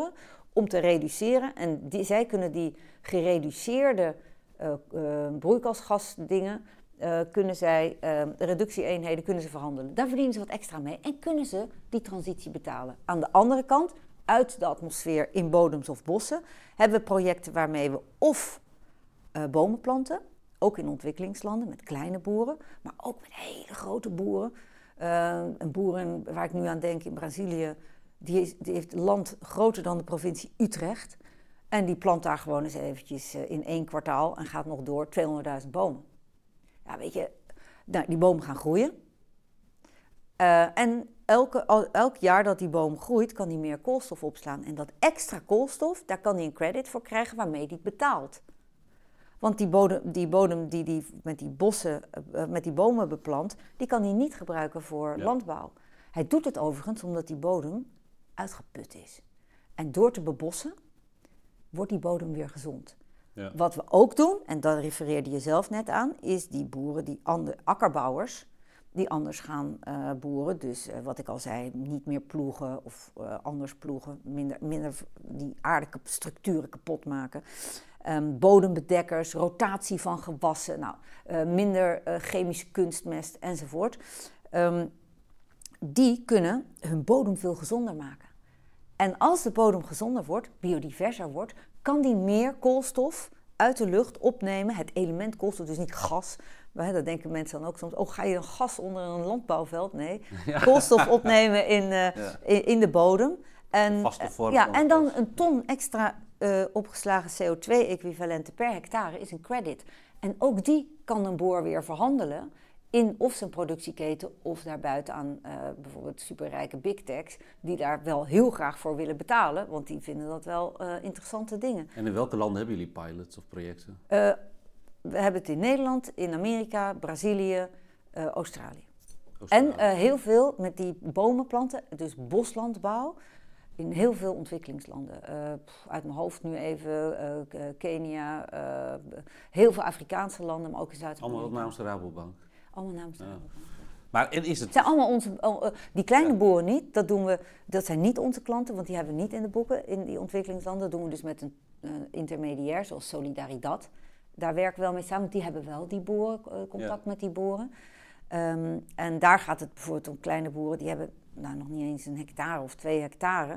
om te reduceren. En die, zij kunnen die gereduceerde uh, uh, broeikasgasdingen, uh, kunnen zij, uh, reductieeenheden kunnen ze verhandelen. Daar verdienen ze wat extra mee en kunnen ze die transitie betalen. Aan de andere kant, uit de atmosfeer in bodems of bossen, hebben we projecten waarmee we of uh, bomen planten, ook in ontwikkelingslanden met kleine boeren, maar ook met hele grote boeren. Uh, een boer in, waar ik nu aan denk in Brazilië, die, is, die heeft land groter dan de provincie Utrecht. En die plant daar gewoon eens eventjes uh, in één kwartaal en gaat nog door tweehonderdduizend bomen. Ja, weet je, nou, die bomen gaan groeien. Uh, en elke, al, elk jaar dat die boom groeit, kan die meer koolstof opslaan. En dat extra koolstof, daar kan hij een credit voor krijgen waarmee hij het betaalt. Want die bodem die, bodem die die met die bossen, uh, met die bomen beplant, die kan hij niet gebruiken voor ja. landbouw. Hij doet het overigens omdat die bodem uitgeput is. En door te bebossen, wordt die bodem weer gezond. Ja. Wat we ook doen, en daar refereerde je zelf net aan, is die boeren, die andere akkerbouwers, die anders gaan uh, boeren. Dus uh, wat ik al zei, niet meer ploegen of uh, anders ploegen, minder, minder die aardestructuren kapot maken. Um, bodembedekkers, rotatie van gewassen, nou, uh, minder uh, chemische kunstmest enzovoort. Um, die kunnen hun bodem veel gezonder maken. En als de bodem gezonder wordt, biodiverser wordt, kan die meer koolstof uit de lucht opnemen. Het element koolstof, dus niet gas. Maar dat denken mensen dan ook soms. Oh, ga je een gas onder een landbouwveld? Nee, ja. Koolstof opnemen in, uh, ja. in, in de bodem. En, vaste vorm. Ja, en dan een ton extra uh, opgeslagen C O twee equivalenten per hectare is een credit. En ook die kan een boer weer verhandelen in of zijn productieketen of daarbuiten aan uh, bijvoorbeeld superrijke big techs die daar wel heel graag voor willen betalen, want die vinden dat wel uh, interessante dingen. En in welke landen hebben jullie pilots of projecten? Uh, we hebben het in Nederland, in Amerika, Brazilië, uh, Australië. Australië. En uh, heel veel met die bomenplanten, dus boslandbouw, in heel veel ontwikkelingslanden. Uh, pff, uit mijn hoofd nu even, uh, Kenia, uh, heel veel Afrikaanse landen, maar ook in Zuid-Amerika. Allemaal namens de Rabobank. Allemaal namens de Rabobank. Ja. Maar en is het... het zijn allemaal onze, uh, die kleine ja. boeren niet, dat doen we, dat zijn niet onze klanten, want die hebben we niet in de boeken in die ontwikkelingslanden. Dat doen we dus met een uh, intermediair zoals Solidaridad. Daar werken we wel mee samen, want die hebben wel die boeren, uh, contact ja. met die boeren. Um, en daar gaat het bijvoorbeeld om kleine boeren, die hebben nou, nog niet eens een hectare of twee hectare.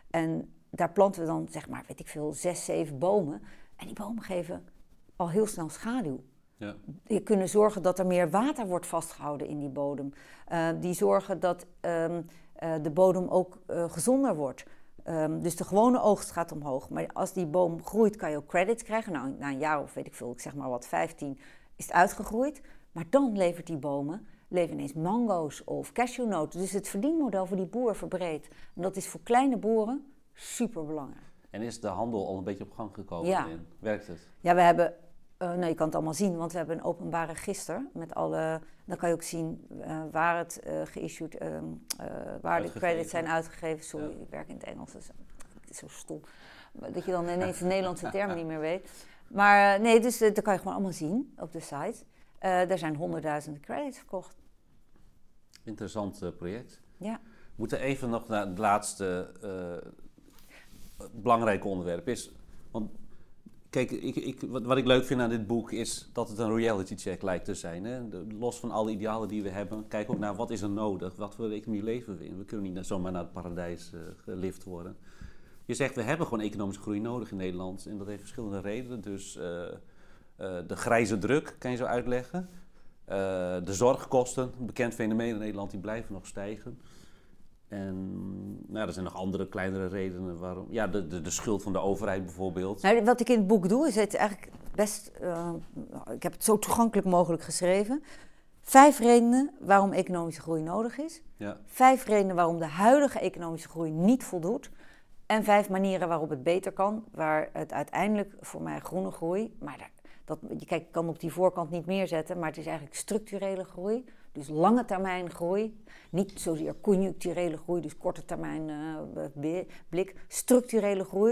En daar planten we dan, zeg maar, weet ik veel, zes, zeven bomen. En die bomen geven al heel snel schaduw. Ja. Die kunnen zorgen dat er meer water wordt vastgehouden in die bodem. Uh, die zorgen dat um, uh, de bodem ook uh, gezonder wordt. Um, dus de gewone oogst gaat omhoog. Maar als die boom groeit, kan je ook credits krijgen. Nou, na een jaar of weet ik veel, ik zeg maar wat, vijftien, is het uitgegroeid. Maar dan levert die bomen, leven ineens mango's of cashewnoten. Dus het verdienmodel voor die boer verbreedt. En dat is voor kleine boeren super belangrijk. En is de handel al een beetje op gang gekomen? Ja. In? Werkt het? Ja, we hebben... Uh, nou, je kan het allemaal zien, want we hebben een openbaar register met alle... Dan kan je ook zien uh, waar het uh, geissued, uh, uh, waar de credits zijn uitgegeven. Sorry, ja. Ik werk in het Engels, dus het is zo stom. Dat je dan ineens de Nederlandse termen niet meer weet. Maar uh, nee, dus uh, dat kan je gewoon allemaal zien op de site. Uh, er zijn honderdduizenden credits verkocht. Interessant uh, project. Ja. We moeten even nog naar het laatste uh, belangrijke onderwerp is... Want, kijk, ik, ik, wat, wat ik leuk vind aan dit boek is dat het een reality check lijkt te zijn. Hè? De, los van alle idealen die we hebben, kijk ook naar wat is er nodig, wat voor economie leven we in. We kunnen niet zomaar naar het paradijs uh, gelift worden. Je zegt, we hebben gewoon economische groei nodig in Nederland en dat heeft verschillende redenen. Dus uh, uh, de grijze druk, kan je zo uitleggen. Uh, de zorgkosten, een bekend fenomeen in Nederland, die blijven nog stijgen. En nou, er zijn nog andere kleinere redenen waarom. Ja, de, de, de schuld van de overheid bijvoorbeeld. Nou, wat ik in het boek doe, is het eigenlijk best... Uh, ik heb het zo toegankelijk mogelijk geschreven. Vijf redenen waarom economische groei nodig is. Ja. Vijf redenen waarom de huidige economische groei niet voldoet. En vijf manieren waarop het beter kan. Waar het uiteindelijk voor mij groene groei... Maar daar, dat, je kijk, kan op die voorkant niet meer zetten, maar het is eigenlijk structurele groei. Dus lange termijn groei, niet zozeer conjuncturele groei, dus korte termijn uh, blik. Structurele groei,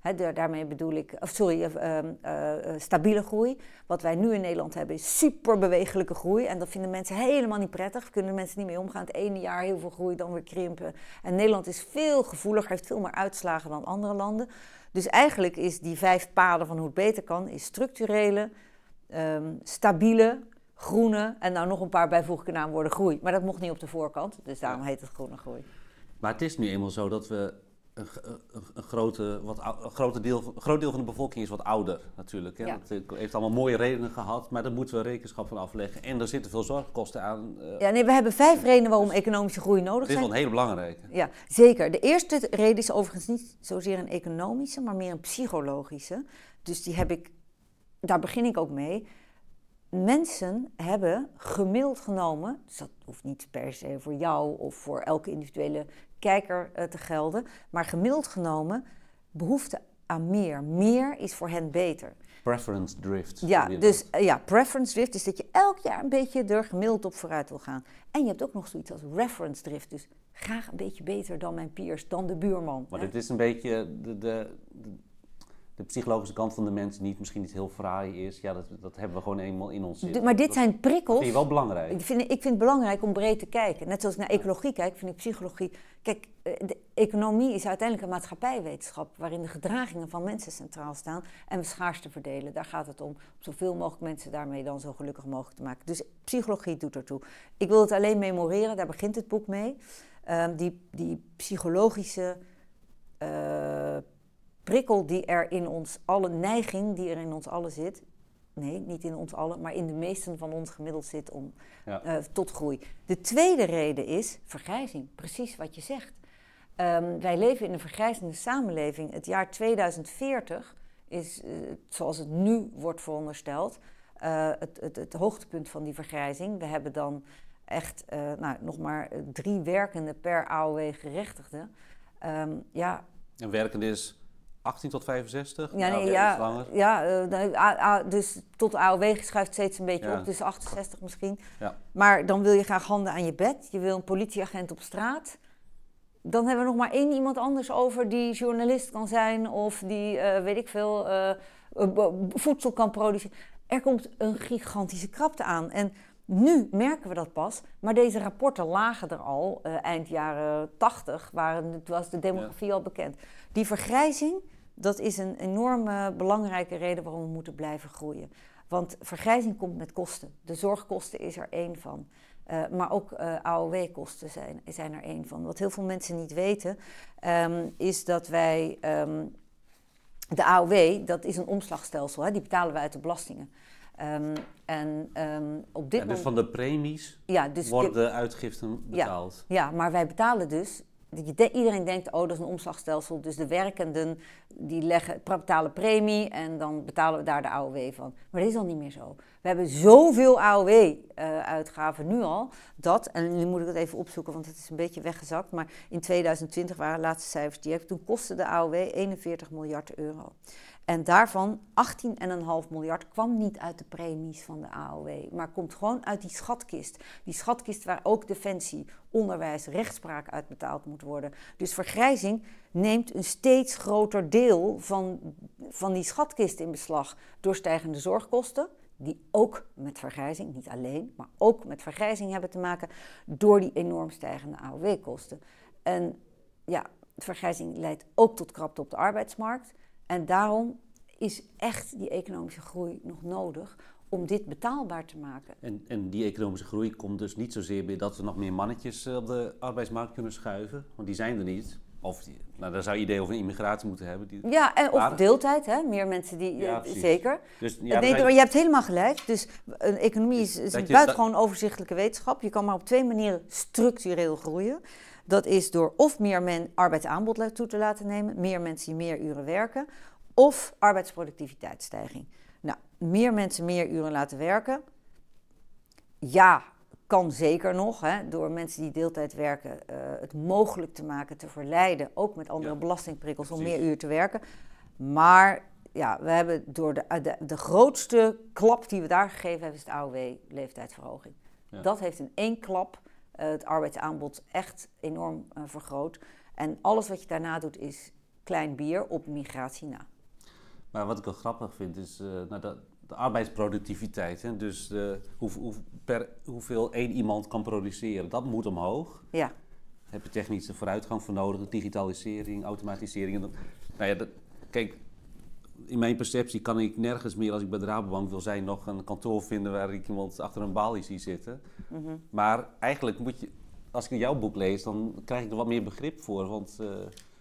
He, daar, daarmee bedoel ik, of sorry, uh, uh, uh, stabiele groei. Wat wij nu in Nederland hebben is super bewegelijke groei. En dat vinden mensen helemaal niet prettig. Daar kunnen mensen niet mee omgaan. Het ene jaar heel veel groei, dan weer krimpen. En Nederland is veel gevoeliger, heeft veel meer uitslagen dan andere landen. Dus eigenlijk is die vijf paden van hoe het beter kan, is structurele, um, stabiele, groene en nou nog een paar bijvoeglijke naamwoorden groei. Maar dat mocht niet op de voorkant, dus daarom heet het groene groei. Maar het is nu eenmaal zo dat we een, een, een, grote, wat, een, grote deel, een groot deel van de bevolking is wat ouder natuurlijk. Hè? Ja. Dat heeft allemaal mooie redenen gehad, maar daar moeten we rekenschap van afleggen. En er zitten veel zorgkosten aan. Uh, ja, nee, we hebben vijf redenen waarom economische groei nodig is. Dit is wel een hele belangrijke. Ja, zeker. De eerste reden is overigens niet zozeer een economische, maar meer een psychologische. Dus die heb ik, daar begin ik ook mee. Mensen hebben gemiddeld genomen, dus dat hoeft niet per se voor jou of voor elke individuele kijker uh, te gelden, maar gemiddeld genomen behoefte aan meer. Meer is voor hen beter. Preference drift. Ja, dus uh, ja, preference drift is dat je elk jaar een beetje er gemiddeld op vooruit wil gaan. En je hebt ook nog zoiets als reference drift, dus graag een beetje beter dan mijn peers, dan de buurman. Maar hè? dit is een beetje de, de, de, de psychologische kant van de mensen die misschien niet heel fraai is. Ja, dat, dat hebben we gewoon eenmaal in ons zitten. D- maar dit dat, zijn prikkels. Dat vind je wel belangrijk. Ik vind, ik vind het belangrijk om breed te kijken. Net zoals ik naar ecologie kijk, vind ik psychologie. Kijk, de economie is uiteindelijk een maatschappijwetenschap waarin de gedragingen van mensen centraal staan en we schaarste verdelen. Daar gaat het om, om zoveel mogelijk mensen daarmee dan zo gelukkig mogelijk te maken. Dus psychologie doet ertoe. Ik wil het alleen memoreren, daar begint het boek mee. Um, die, die psychologische uh, prikkel die er in ons allen, neiging die er in ons allen zit. Nee, niet in ons allen, maar in de meesten van ons gemiddeld zit om, ja. uh, tot groei. De tweede reden is vergrijzing, precies wat je zegt. Um, wij leven in een vergrijzende samenleving. Het jaar tweeduizend veertig is, uh, zoals het nu wordt verondersteld, uh, het, het, het hoogtepunt van die vergrijzing. We hebben dan echt uh, nou, nog maar drie werkende per A O W-gerechtigde. Um, ja. En werkende is achttien tot vijfenzestig? Ja, nee, ja, ja uh, a, a, dus tot A O W schuift steeds een beetje ja. op, dus achtenzestig misschien. Ja. Maar dan wil je graag handen aan je bed, je wil een politieagent op straat. Dan hebben we nog maar één iemand anders over die journalist kan zijn of die, uh, weet ik veel, uh, uh, voedsel kan produceren. Er komt een gigantische krapte aan. En nu merken we dat pas, maar deze rapporten lagen er al, uh, eind jaren tachtig, waren, was de demografie ja. al bekend. Die vergrijzing, dat is een enorme belangrijke reden waarom we moeten blijven groeien. Want vergrijzing komt met kosten. De zorgkosten is er één van. Uh, maar ook uh, A O W-kosten zijn, zijn er één van. Wat heel veel mensen niet weten, um, is dat wij... Um, de A O W, dat is een omslagstelsel, hè? Die betalen we uit de belastingen. Um, en, um, op dit ja, dus moment, van de premies ja, dus worden de uitgiften betaald? Ja, ja, maar wij betalen dus... Iedereen denkt, oh, dat is een omslagstelsel. Dus de werkenden die leggen, betalen premie en dan betalen we daar de A O W van. Maar dat is al niet meer zo. We hebben zoveel A O W-uitgaven uh, nu al, dat, en nu moet ik het even opzoeken, want het is een beetje weggezakt, maar in tweeduizend twintig waren de laatste cijfers die heb. Toen kostte de A O W eenenveertig miljard euro. En daarvan achttien komma vijf miljard kwam niet uit de premies van de A O W, maar komt gewoon uit die schatkist. Die schatkist waar ook defensie, onderwijs, rechtspraak uitbetaald moet worden. Dus vergrijzing neemt een steeds groter deel van, van die schatkist in beslag door stijgende zorgkosten, die ook met vergrijzing, niet alleen, maar ook met vergrijzing hebben te maken door die enorm stijgende A O W-kosten. En ja, vergrijzing leidt ook tot krapte op de arbeidsmarkt. En daarom is echt die economische groei nog nodig om dit betaalbaar te maken. En, en die economische groei komt dus niet zozeer bij dat we nog meer mannetjes op de arbeidsmarkt kunnen schuiven, want die zijn er niet. Of die, nou, daar zou je idee over een immigratie moeten hebben. Die ja, en, of deeltijd, hè? Meer mensen die... Ja, uh, zeker. Dus, ja, nee, je... je hebt helemaal gelijk. Dus een economie is, is een buitengewoon dat... overzichtelijke wetenschap. Je kan maar op twee manieren structureel groeien. Dat is door of meer men arbeidsaanbod toe te laten nemen, meer mensen die meer uren werken, of arbeidsproductiviteitsstijging. Nou, meer mensen meer uren laten werken, ja, kan zeker nog, hè, door mensen die deeltijd werken, uh, het mogelijk te maken, te verleiden, ook met andere ja, belastingprikkels, precies. om meer uren te werken. Maar ja, we hebben door de, de, de grootste klap die we daar gegeven hebben, is de A O W-leeftijdsverhoging. Ja. Dat heeft in één klap uh, het arbeidsaanbod echt enorm uh, vergroot. En alles wat je daarna doet is klein bier op migratie na. Maar wat ik wel grappig vind is uh, nou, de, de arbeidsproductiviteit. Hè? Dus de, hoe, hoe, per, hoeveel één iemand kan produceren, dat moet omhoog. Ja. Daar heb je technische vooruitgang voor nodig, digitalisering, automatisering. En dat, nou ja, dat, kijk, in mijn perceptie kan ik nergens meer, als ik bij de Rabobank wil zijn, nog een kantoor vinden waar ik iemand achter een balie zie zitten. Mm-hmm. Maar eigenlijk moet je, als ik jouw boek lees, dan krijg ik er wat meer begrip voor. Want uh,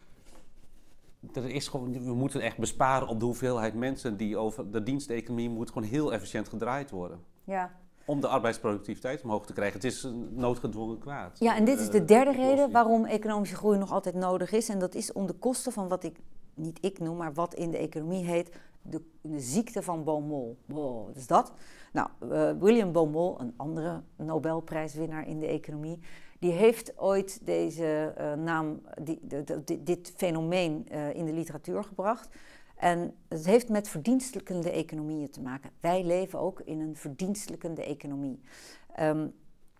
er is gewoon, we moeten echt besparen op de hoeveelheid mensen die over de diensteconomie moet gewoon heel efficiënt gedraaid worden. Ja. Om de arbeidsproductiviteit omhoog te krijgen. Het is een noodgedwongen kwaad. Ja, en dit is de derde uh, reden waarom economische groei nog altijd nodig is. En dat is om de kosten van wat ik, niet ik noem, maar wat in de economie heet, de, de ziekte van Baumol. Wow, wat is dat? Nou, uh, William Baumol, een andere Nobelprijswinnaar in de economie, die heeft ooit deze uh, naam, die, de, de, de, dit fenomeen uh, in de literatuur gebracht. En het heeft met verdienstelijkende economieën te maken. Wij leven ook in een verdienstelijkende economie. Um,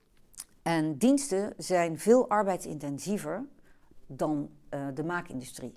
en diensten zijn veel arbeidsintensiever dan uh, de maakindustrie.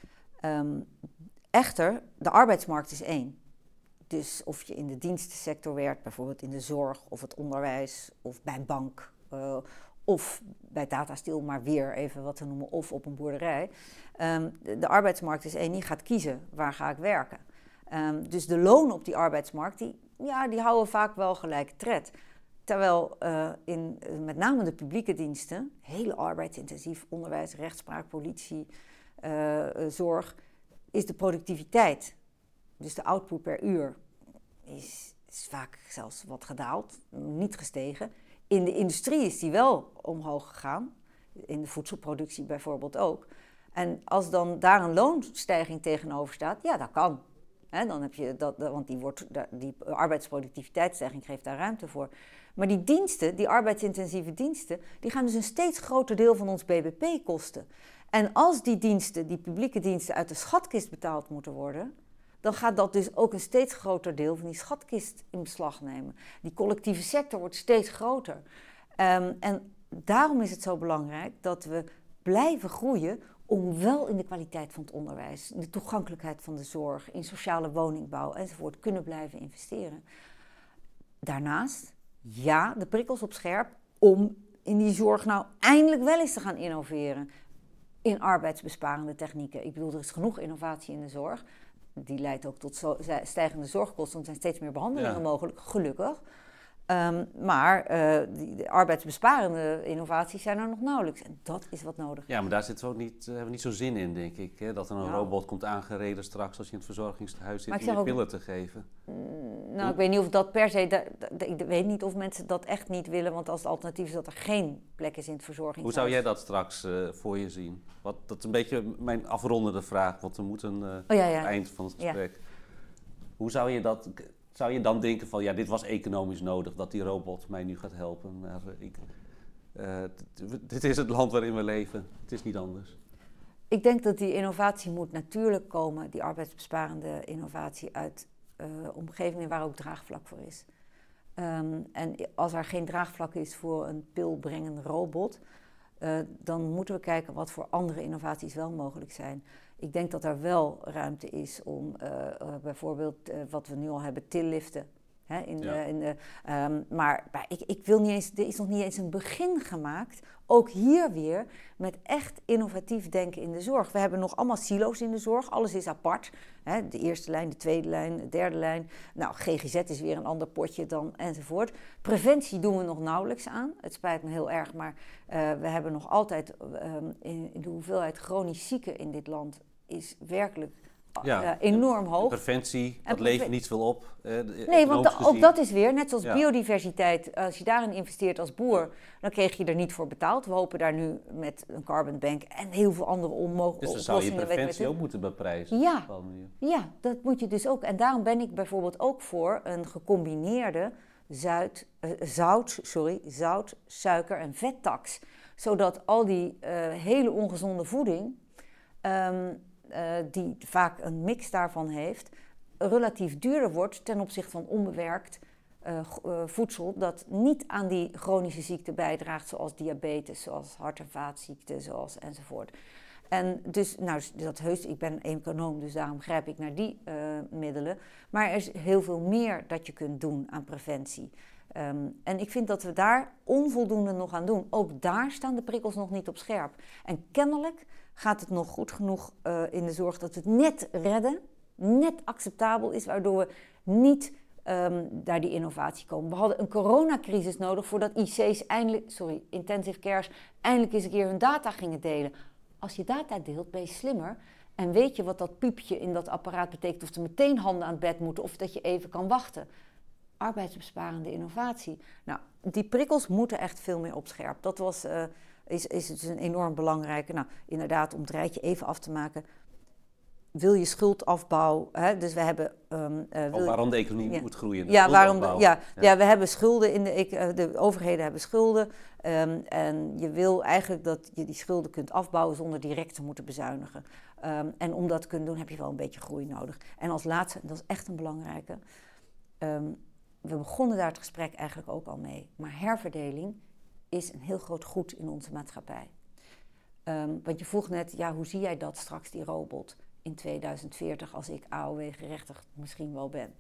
Um, echter, de arbeidsmarkt is één. Dus of je in de dienstensector werkt, bijvoorbeeld in de zorg of het onderwijs of bij een bank uh, of bij Tata Steel, maar weer even wat te noemen, of op een boerderij. Um, de, de arbeidsmarkt is één, die gaat kiezen waar ga ik werken. Um, dus de lonen op die arbeidsmarkt, die, ja, die houden vaak wel gelijk tred. Terwijl uh, in uh, met name de publieke diensten, heel arbeidsintensief, onderwijs, rechtspraak, politie, uh, uh, zorg, is de productiviteit, dus de output per uur, is, is vaak zelfs wat gedaald, niet gestegen. In de industrie is die wel omhoog gegaan, in de voedselproductie bijvoorbeeld ook. En als dan daar een loonstijging tegenover staat, ja, dat kan. He, dan heb je dat, want die, wordt, die arbeidsproductiviteitsstijging geeft daar ruimte voor. Maar die diensten, die arbeidsintensieve diensten, die gaan dus een steeds groter deel van ons B B P kosten. En als die diensten, die publieke diensten, uit de schatkist betaald moeten worden, dan gaat dat dus ook een steeds groter deel van die schatkist in beslag nemen. Die collectieve sector wordt steeds groter. Um, en daarom is het zo belangrijk dat we blijven groeien om wel in de kwaliteit van het onderwijs, in de toegankelijkheid van de zorg, in sociale woningbouw enzovoort kunnen blijven investeren. Daarnaast, ja, de prikkels op scherp om in die zorg nou eindelijk wel eens te gaan innoveren in arbeidsbesparende technieken. Ik bedoel, er is genoeg innovatie in de zorg. Die leidt ook tot zo stijgende zorgkosten, want er zijn steeds meer behandelingen ja. mogelijk, gelukkig. Um, maar uh, die, de arbeidsbesparende innovaties zijn er nog nauwelijks. En dat is wat nodig is. Ja, maar daar zitten we ook niet, uh, hebben we niet zo zin in, denk ik. Hè? Dat er een ja. robot komt aangereden straks als je in het verzorgingshuis zit om je ook, pillen te geven. Mm, nou, ik weet niet of dat per se... Da, da, ik weet niet of mensen dat echt niet willen, want als het alternatief is dat er geen plek is in het verzorgingshuis. Hoe zou jij dat straks uh, voor je zien? Wat, dat is een beetje mijn afrondende vraag, want we moeten uh, oh, ja, ja. aan het eind van het gesprek. Ja. Hoe zou je dat... Zou je dan denken van, ja, dit was economisch nodig, dat die robot mij nu gaat helpen. Maar ik, uh, t- dit is het land waarin we leven, het is niet anders. Ik denk dat die innovatie moet natuurlijk komen, die arbeidsbesparende innovatie, uit uh, omgevingen waar ook draagvlak voor is. Um, en als er geen draagvlak is voor een pilbrengende robot, uh, dan moeten we kijken wat voor andere innovaties wel mogelijk zijn. Ik denk dat er wel ruimte is om uh, uh, bijvoorbeeld uh, wat we nu al hebben, tilliften. Hè, in ja. de, in de, um, maar maar ik, ik wil niet eens, er is nog niet eens een begin gemaakt, ook hier weer, met echt innovatief denken in de zorg. We hebben nog allemaal silo's in de zorg, alles is apart. Hè, de eerste lijn, de tweede lijn, de derde lijn. Nou, G G Z is weer een ander potje dan enzovoort. Preventie doen we nog nauwelijks aan. Het spijt me heel erg, maar uh, we hebben nog altijd um, in, in de hoeveelheid chronisch zieken in dit land is werkelijk ja, uh, enorm hoog. Preventie, dat preven... levert niet veel op. Eh, nee, want da- ook dat is weer, net zoals ja. biodiversiteit, als je daarin investeert als boer, dan kreeg je er niet voor betaald. We hopen daar nu met een carbon bank en heel veel andere onmogelijke dus dan zou je preventie ook moeten beprijzen. Ja, ja, dat moet je dus ook. En daarom ben ik bijvoorbeeld ook voor een gecombineerde zuid, uh, zout, sorry, zout, suiker en vettax. Zodat al die uh, hele ongezonde voeding, um, Uh, die vaak een mix daarvan heeft, relatief duurder wordt ten opzichte van onbewerkt uh, uh, voedsel dat niet aan die chronische ziekten bijdraagt, zoals diabetes, zoals hart- en vaatziekten, zoals enzovoort. En dus, nou, dat heus, ik ben econoom, dus daarom grijp ik naar die uh, middelen. Maar er is heel veel meer dat je kunt doen aan preventie. Um, en ik vind dat we daar onvoldoende nog aan doen. Ook daar staan de prikkels nog niet op scherp. En kennelijk gaat het nog goed genoeg uh, in de zorg dat we het net redden, net acceptabel is, waardoor we niet um, daar die innovatie komen. We hadden een coronacrisis nodig voordat I C's eindelijk, sorry, intensive cares, eindelijk eens een keer hun data gingen delen. Als je data deelt, ben je slimmer en weet je wat dat piepje in dat apparaat betekent, of er meteen handen aan het bed moeten of dat je even kan wachten. Arbeidsbesparende innovatie. Nou, die prikkels moeten echt veel meer op scherp. Dat was, uh, is, is dus een enorm belangrijke. Nou, inderdaad, om het rijtje even af te maken. Wil je schuldafbouw? Hè? Dus we hebben. Um, uh, wil oh, waarom de economie ja. moet groeien? Ja, waarom de, ja, ja. ja, we hebben schulden in de. De overheden hebben schulden. Um, en je wil eigenlijk dat je die schulden kunt afbouwen zonder direct te moeten bezuinigen. Um, en om dat te kunnen doen, heb je wel een beetje groei nodig. En als laatste, en dat is echt een belangrijke. Um, we begonnen daar het gesprek eigenlijk ook al mee. Maar herverdeling is een heel groot goed in onze maatschappij. Um, want je vroeg net, ja, hoe zie jij dat straks, die robot, in tweeduizend veertig, als ik A O W-gerechtigd misschien wel ben?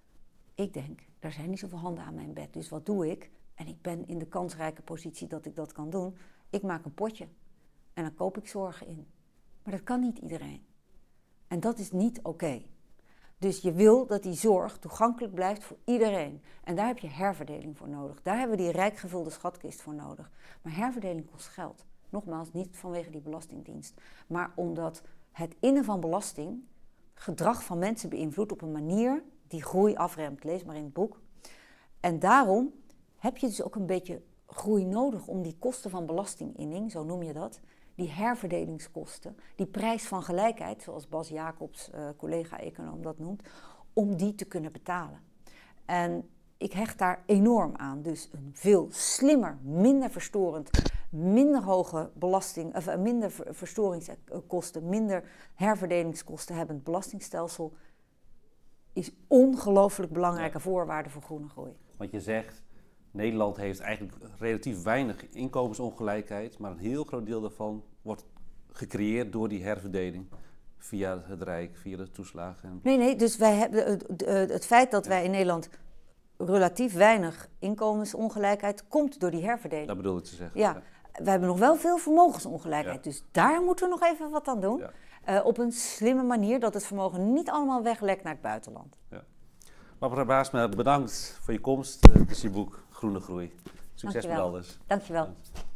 Ik denk, er zijn niet zoveel handen aan mijn bed, dus wat doe ik? En ik ben in de kansrijke positie dat ik dat kan doen. Ik maak een potje en dan koop ik zorgen in. Maar dat kan niet iedereen. En dat is niet oké. Okay. Dus je wil dat die zorg toegankelijk blijft voor iedereen. En daar heb je herverdeling voor nodig. Daar hebben we die rijk gevulde schatkist voor nodig. Maar herverdeling kost geld. Nogmaals, niet vanwege die belastingdienst. Maar omdat het innen van belasting gedrag van mensen beïnvloedt op een manier die groei afremt. Lees maar in het boek. En daarom heb je dus ook een beetje groei nodig om die kosten van belastinginning, zo noem je dat, die herverdelingskosten, die prijs van gelijkheid, zoals Bas Jacobs, uh, collega-econoom, dat noemt, om die te kunnen betalen. En ik hecht daar enorm aan. Dus een veel slimmer, minder verstorend, minder hoge belasting, of uh, minder verstoringskosten, minder herverdelingskosten hebbend belastingstelsel is ongelooflijk belangrijke ja. voorwaarde voor groene groei. Want je zegt, Nederland heeft eigenlijk relatief weinig inkomensongelijkheid, maar een heel groot deel daarvan wordt gecreëerd door die herverdeling via het Rijk, via de toeslagen. Nee, nee, dus wij hebben het, het feit dat ja. wij in Nederland relatief weinig inkomensongelijkheid komt door die herverdeling. Dat bedoel ik te zeggen. Ja, ja. We hebben nog wel veel vermogensongelijkheid, ja. dus daar moeten we nog even wat aan doen. Ja. Uh, op een slimme manier, dat het vermogen niet allemaal weglekt naar het buitenland. Ja. Barbara Baersma, bedankt voor je komst. Het is je boek Groene Groei. Succes met alles. Dankjewel.